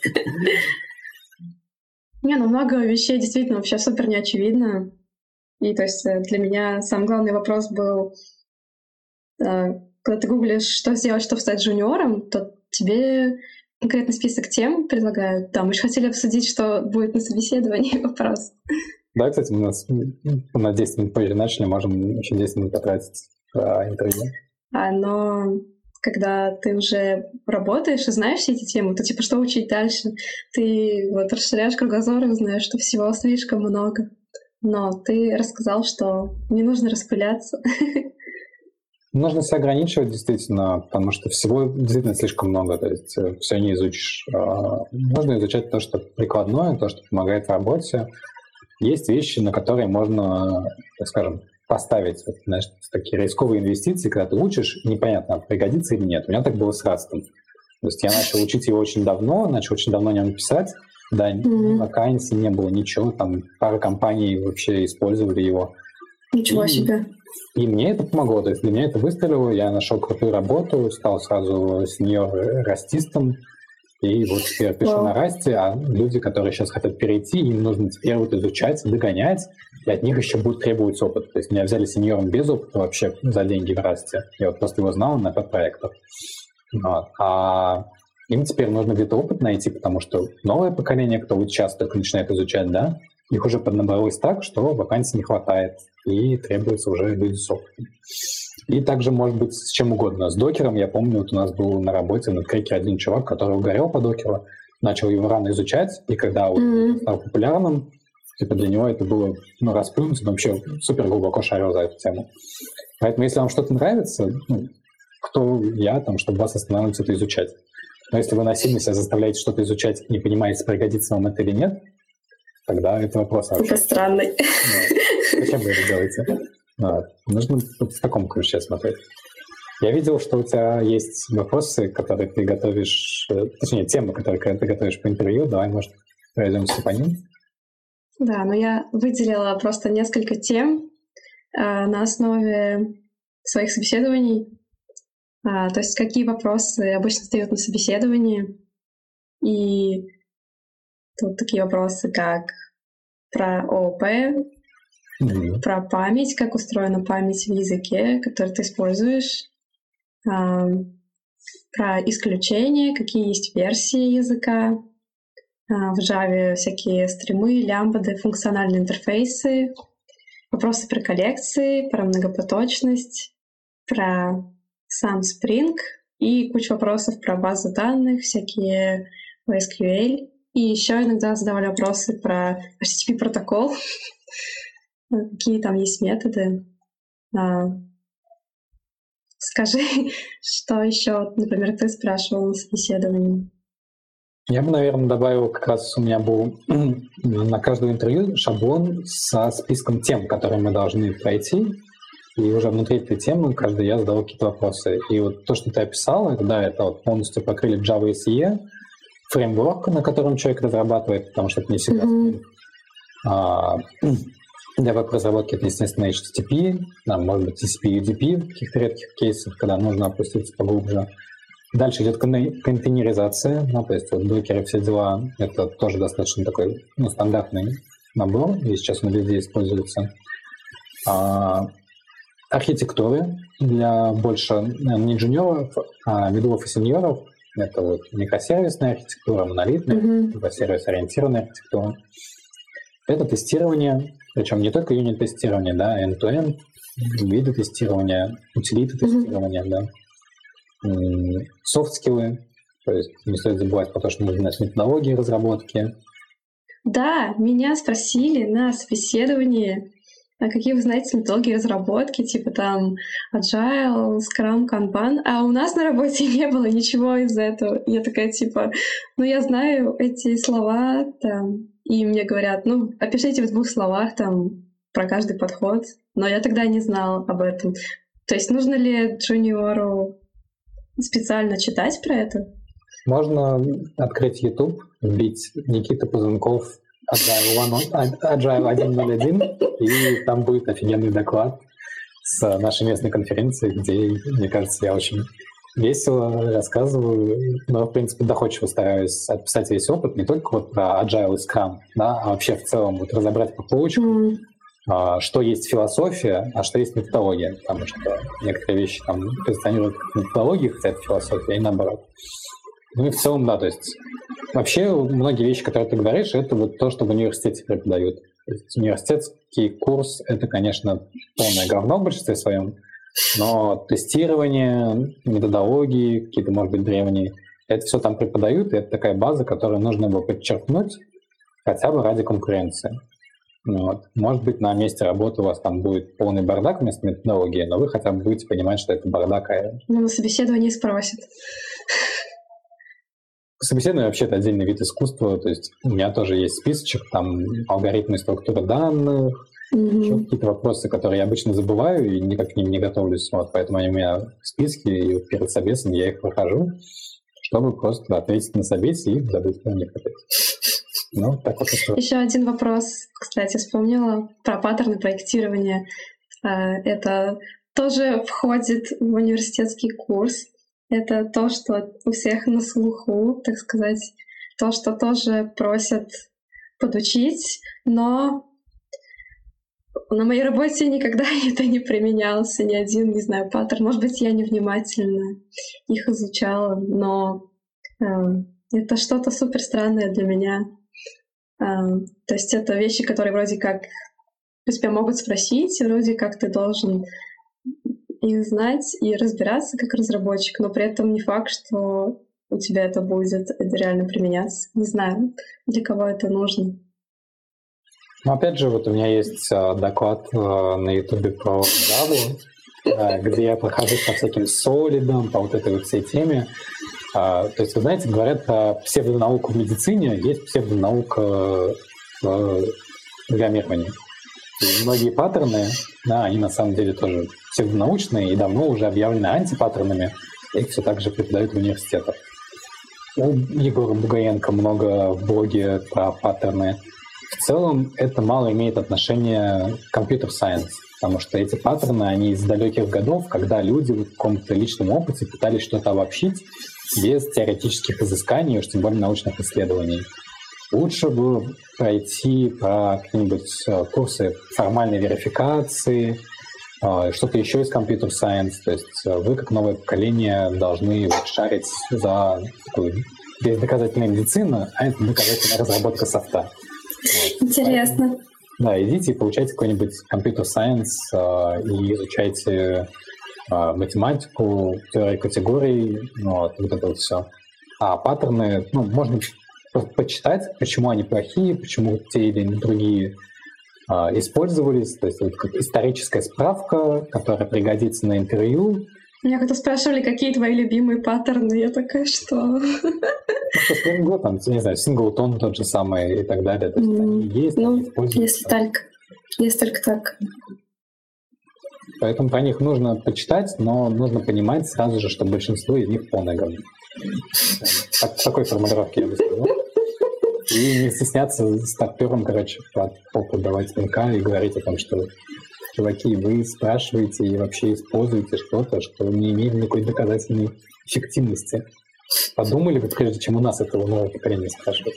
B: Много вещей действительно вообще супер неочевидно. И то есть для меня самый главный вопрос был, когда ты гуглишь, что сделать, чтобы стать жуниором, то тебе конкретный список тем предлагают. Да, мы же хотели обсудить, что будет на собеседовании вопрос.
A: Да, кстати, мы на 10 минут позже начали, можем еще 10 минут потратить про интервью.
B: Но когда ты уже работаешь и знаешь все эти темы, то что учить дальше? Ты расширяешь кругозор и узнаешь, что всего слишком много. Но ты рассказал, что не нужно распыляться.
A: Нужно себя ограничивать, действительно, потому что всего действительно слишком много, то есть все не изучишь. Нужно изучать то, что прикладное, то, что помогает в работе. Есть вещи, на которые можно, так скажем, поставить, такие рисковые инвестиции, когда ты учишь, непонятно, пригодится или нет. У меня так было с Rust. То есть я начал учить его очень давно, начал очень давно о нем писать. Да, ни вакансий не было, ничего, там пара компаний вообще использовали его.
B: Ничего себе.
A: И мне это помогло, то есть для меня это выстрелило, я нашел крутую работу, стал сразу сеньор-растистом, и вот теперь пишу на Расте, а люди, которые сейчас хотят перейти, им нужно теперь изучать, догонять, и от них еще будут требовать опыт. То есть меня взяли сеньором без опыта вообще за деньги в Расте. Я просто его знал на подпроектах. А им теперь нужно где-то опыт найти, потому что новое поколение, кто вот сейчас только начинает изучать, да, их уже поднабралось так, что вакансий не хватает, и требуются уже люди с опытом. И также, может быть, с чем угодно. С докером, я помню, у нас был на работе на крекере один чувак, который угорел по докеру, начал его рано изучать, и когда он стал популярным, для него это было, расплюнуть, он вообще супер глубоко шарил за эту тему. Поэтому, если вам что-то нравится, кто я, чтобы вас останавливать это изучать. Но если вы насильно себя заставляете что-то изучать, не понимаете, пригодится вам это или нет, тогда это вопрос.
B: Это странный.
A: Зачем вы это делаете? Нужно в таком ключе смотреть. Я видел, что у тебя есть вопросы, которые ты готовишь, точнее, темы, которые ты готовишь по интервью. Давай, может, пройдемся по ним?
B: Да, но я выделила просто несколько тем на основе своих собеседований. То есть какие вопросы обычно задают на собеседовании. И тут такие вопросы, как про ООП, про память, как устроена память в языке, который ты используешь, про исключения, какие есть версии языка, в Java всякие стримы, лямбды, функциональные интерфейсы, вопросы про коллекции, про многопоточность, про сам Spring и куча вопросов про базы данных, всякие SQL. И еще иногда задавали вопросы про HTTP протокол, какие там есть методы. Скажи, что еще, например, ты спрашивал на собеседовании?
A: Я бы, наверное, добавил, как раз у меня был на каждое интервью шаблон со списком тем, которые мы должны пройти, и уже внутри этой темы каждый я задавал какие-то вопросы. И вот то, что ты описал, это вот полностью покрыли Java SE, фреймворк, на котором человек разрабатывает, потому что это не всегда для веб-разработки это, естественно, HTTP, может быть, TCP, UDP в каких-то редких кейсах, когда нужно опуститься поглубже. Дальше идет контейнеризация, то есть вот докеры, все дела, это тоже достаточно такой стандартный набор, и сейчас он везде используется. Архитектуры для больше, наверное, не джуниоров, а мидлов и сеньоров. Это вот микросервисная архитектура, монолитная, микросервис-ориентированная архитектура. Это тестирование, причем не только юнит-тестирование, end-to-end, виды тестирования, утилиты тестирования, софт-скиллы, то есть не стоит забывать про то, что нужно знать методологии разработки.
B: Да, меня спросили на собеседовании, какие вы знаете методологии разработки, типа там Agile, Scrum, Kanban, а у нас на работе не было ничего из этого. Я такая типа, я знаю эти слова там, и мне говорят, опишите в 2 словах там про каждый подход, но я тогда не знала об этом. То есть нужно ли джуниору специально читать про это?
A: Можно открыть YouTube, вбить Никита Пузанков Agile 1.0.1, и там будет офигенный доклад с нашей местной конференции, где, мне кажется, я очень весело рассказываю, но, в принципе, доходчиво стараюсь описать весь опыт, не только вот про Agile и Scrum, а вообще в целом вот разобрать по полочкам, что есть философия, а что есть методология, потому что некоторые вещи там позиционируют как методологии, хотя это философия, и наоборот. И в целом, то есть вообще многие вещи, которые ты говоришь, это вот то, что в университете преподают. То есть университетский курс — это, конечно, полное говно в большинстве своем, но тестирование, методологии, какие-то, может быть, древние, это все там преподают, и это такая база, которую нужно бы подчеркнуть хотя бы ради конкуренции. Может быть, на месте работы у вас там будет полный бардак вместо методологии, но вы хотя бы будете понимать, что это бардак.
B: На собеседовании спросят.
A: Собеседование вообще-то отдельный вид искусства, то есть у меня тоже есть списочек, там алгоритмы, структуры данных, еще какие-то вопросы, которые я обычно забываю и никак к ним не готовлюсь, поэтому они у меня в списке, и перед собесом я их прохожу, чтобы просто ответить на собесе и забыть про них опять. Так вот.
B: Еще один вопрос, кстати, вспомнила про паттерны проектирования. Это тоже входит в университетский курс. Это то, что у всех на слуху, так сказать, то, что тоже просят подучить, но на моей работе никогда это не применялся, ни один, не знаю, паттерн. Может быть, я невнимательно их изучала, но это что-то супер странное для меня. То есть это вещи, которые вроде как тебя могут спросить, вроде как ты должен их знать и разбираться как разработчик, но при этом не факт, что у тебя это будет реально применяться. Не знаю, для кого это нужно.
A: Опять же, вот у меня есть доклад на YouTube про Java, где я прохожу по всяким солидам, по вот этой вот всей теме. То есть, вы знаете, говорят про псевдонауку в медицине, есть псевдонаука в программировании. И многие паттерны, они на самом деле тоже псевдонаучные и давно уже объявлены антипаттернами. Их все так же преподают в университетах. У Егора Бугаенко много в блоге про паттерны. В целом это мало имеет отношение к компьютер-сайенс, потому что эти паттерны, они из далеких годов, когда люди в каком-то личном опыте пытались что-то обобщить без теоретических изысканий, уж тем более научных исследований. Лучше бы пройти по какие-нибудь курсы формальной верификации, что-то еще из компьютер-сайенс. То есть вы, как новое поколение, должны шарить за такую бездоказательную медицину, а это доказательная разработка софта.
B: Интересно.
A: Да, идите и получайте какой-нибудь компьютер-сайенс и изучайте математику, теорию категорий, вот это вот все. А паттерны, можно почитать, почему они плохие, почему те или другие использовались, то есть вот как историческая справка, которая пригодится на интервью.
B: Меня как-то спрашивали, какие твои любимые паттерны, я такая, что?
A: Spring Boot, там, не знаю, Singleton тот же самый и так далее. То есть они есть, они используются.
C: Если только так.
A: Поэтому про них нужно почитать, но нужно понимать сразу же, что большинство из них полное говно. Такой формулировки я бы сказал. И не стесняться старпером, под попу давать пинка и говорить о том, что, чуваки, вы спрашиваете и вообще используете что-то, что не имеет никакой доказательной эффективности. Подумали вы, прежде чем у нас этого нового поколения спрашивать?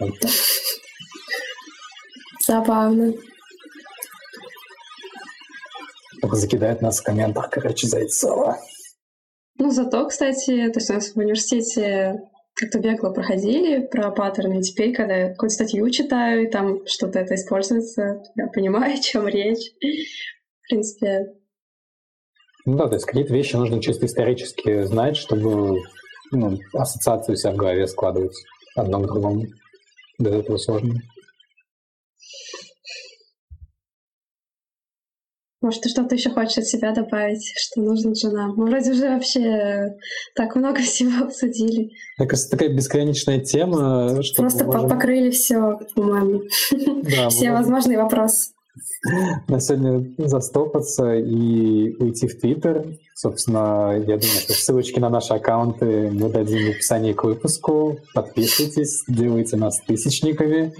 C: Забавно.
A: Только закидает нас в комментах, Зайцова.
B: Зато, кстати, то есть у нас в университете как-то бегло проходили про паттерны, и теперь, когда я какую-то статью читаю, и там что-то это используется, я понимаю, о чем речь. В принципе...
A: то есть какие-то вещи нужно чисто исторически знать, чтобы ассоциацию у себя в голове складывать одно к другому. Без этого сложно.
B: Может, ты что-то еще хочешь от себя добавить, что нужно женам? Мы вроде уже вообще так много всего обсудили.
A: Это такая бесконечная тема. Что
C: просто покрыли все, по-моему. Да, все возможные вопросы.
A: На сегодня застопаться и уйти в Твиттер. Собственно, я думаю, что ссылочки на наши аккаунты мы дадим в описании к выпуску. Подписывайтесь, делайте нас тысячниками.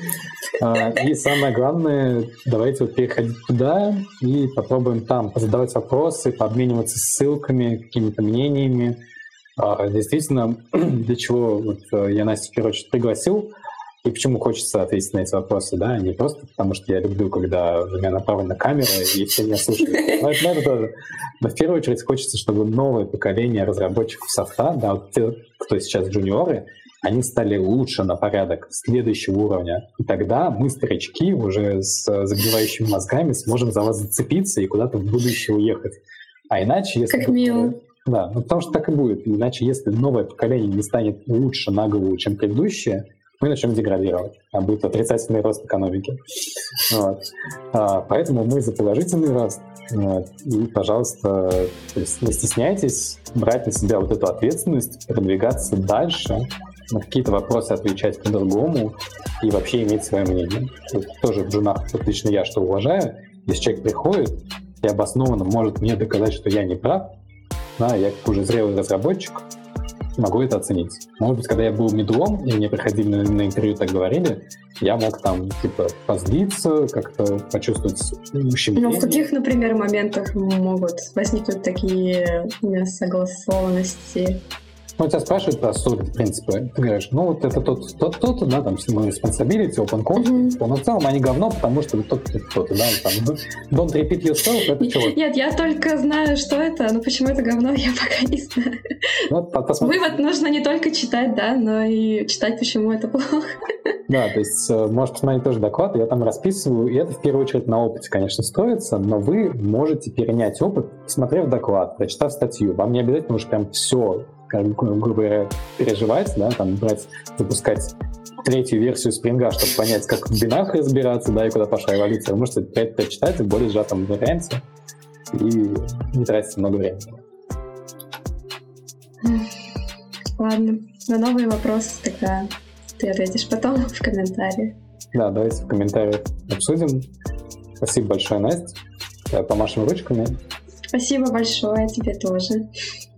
A: И самое главное, давайте переходить туда и попробуем там задавать вопросы, пообмениваться ссылками, какими-то мнениями. Действительно, для чего я Настю в первую очередь пригласил, и почему хочется ответить на эти вопросы, да, не просто потому, что я люблю, когда у меня направлена камера, и все меня слушают. Но это тоже. Но в первую очередь хочется, чтобы новое поколение разработчиков софта, да, вот те, кто сейчас джуниоры, они стали лучше на порядок следующего уровня. И тогда мы, старички, уже с забивающими мозгами сможем за вас зацепиться и куда-то в будущее уехать. А иначе, если...
C: Как мило.
A: Да, потому что так и будет. Иначе, если новое поколение не станет лучше на голову, чем предыдущее, мы начнем деградировать, а будет отрицательный рост экономики. Вот. Поэтому мы за положительный рост. Вот. И, пожалуйста, не стесняйтесь брать на себя вот эту ответственность, продвигаться дальше, на какие-то вопросы отвечать по-другому и вообще иметь свое мнение. Вот тоже в джунах, вот лично я что уважаю, если человек приходит и обоснованно может мне доказать, что я не прав, да, я как уже зрелый разработчик, могу это оценить. Может быть, когда я был мидлом, и мне приходили на интервью, так говорили, я мог там, позлиться, как-то почувствовать ущемление.
B: В каких, например, моментах могут возникнуть такие несогласованности?
A: Тебя спрашивают про solid принципы. Ты говоришь, это тот, да, там, responsibility, open code, но в целом они говно, потому что тот-то, да, там, don't repeat yourself, это чего?
B: Нет, я только знаю, что это, но почему это говно, я пока не знаю. Вывод нужно не только читать, да, но и читать, почему это плохо.
A: Да, то есть можешь посмотреть тоже доклад, я там расписываю, и это в первую очередь на опыте, конечно, строится, но вы можете перенять опыт, посмотрев доклад, прочитав статью. Вам не обязательно уж прям все, грубо говоря, переживать, да, там запускать третью версию спринга, чтобы понять, как в бинах разбираться, да, и куда пошла эволюция. Вы можете 5 читать в более сжатом варианте и не тратить много времени.
B: Ладно, на новые вопросы тогда ты ответишь потом в комментариях.
A: Да, давайте в комментариях обсудим. Спасибо большое, Настя. Помашем ручками.
B: Спасибо большое, тебе тоже.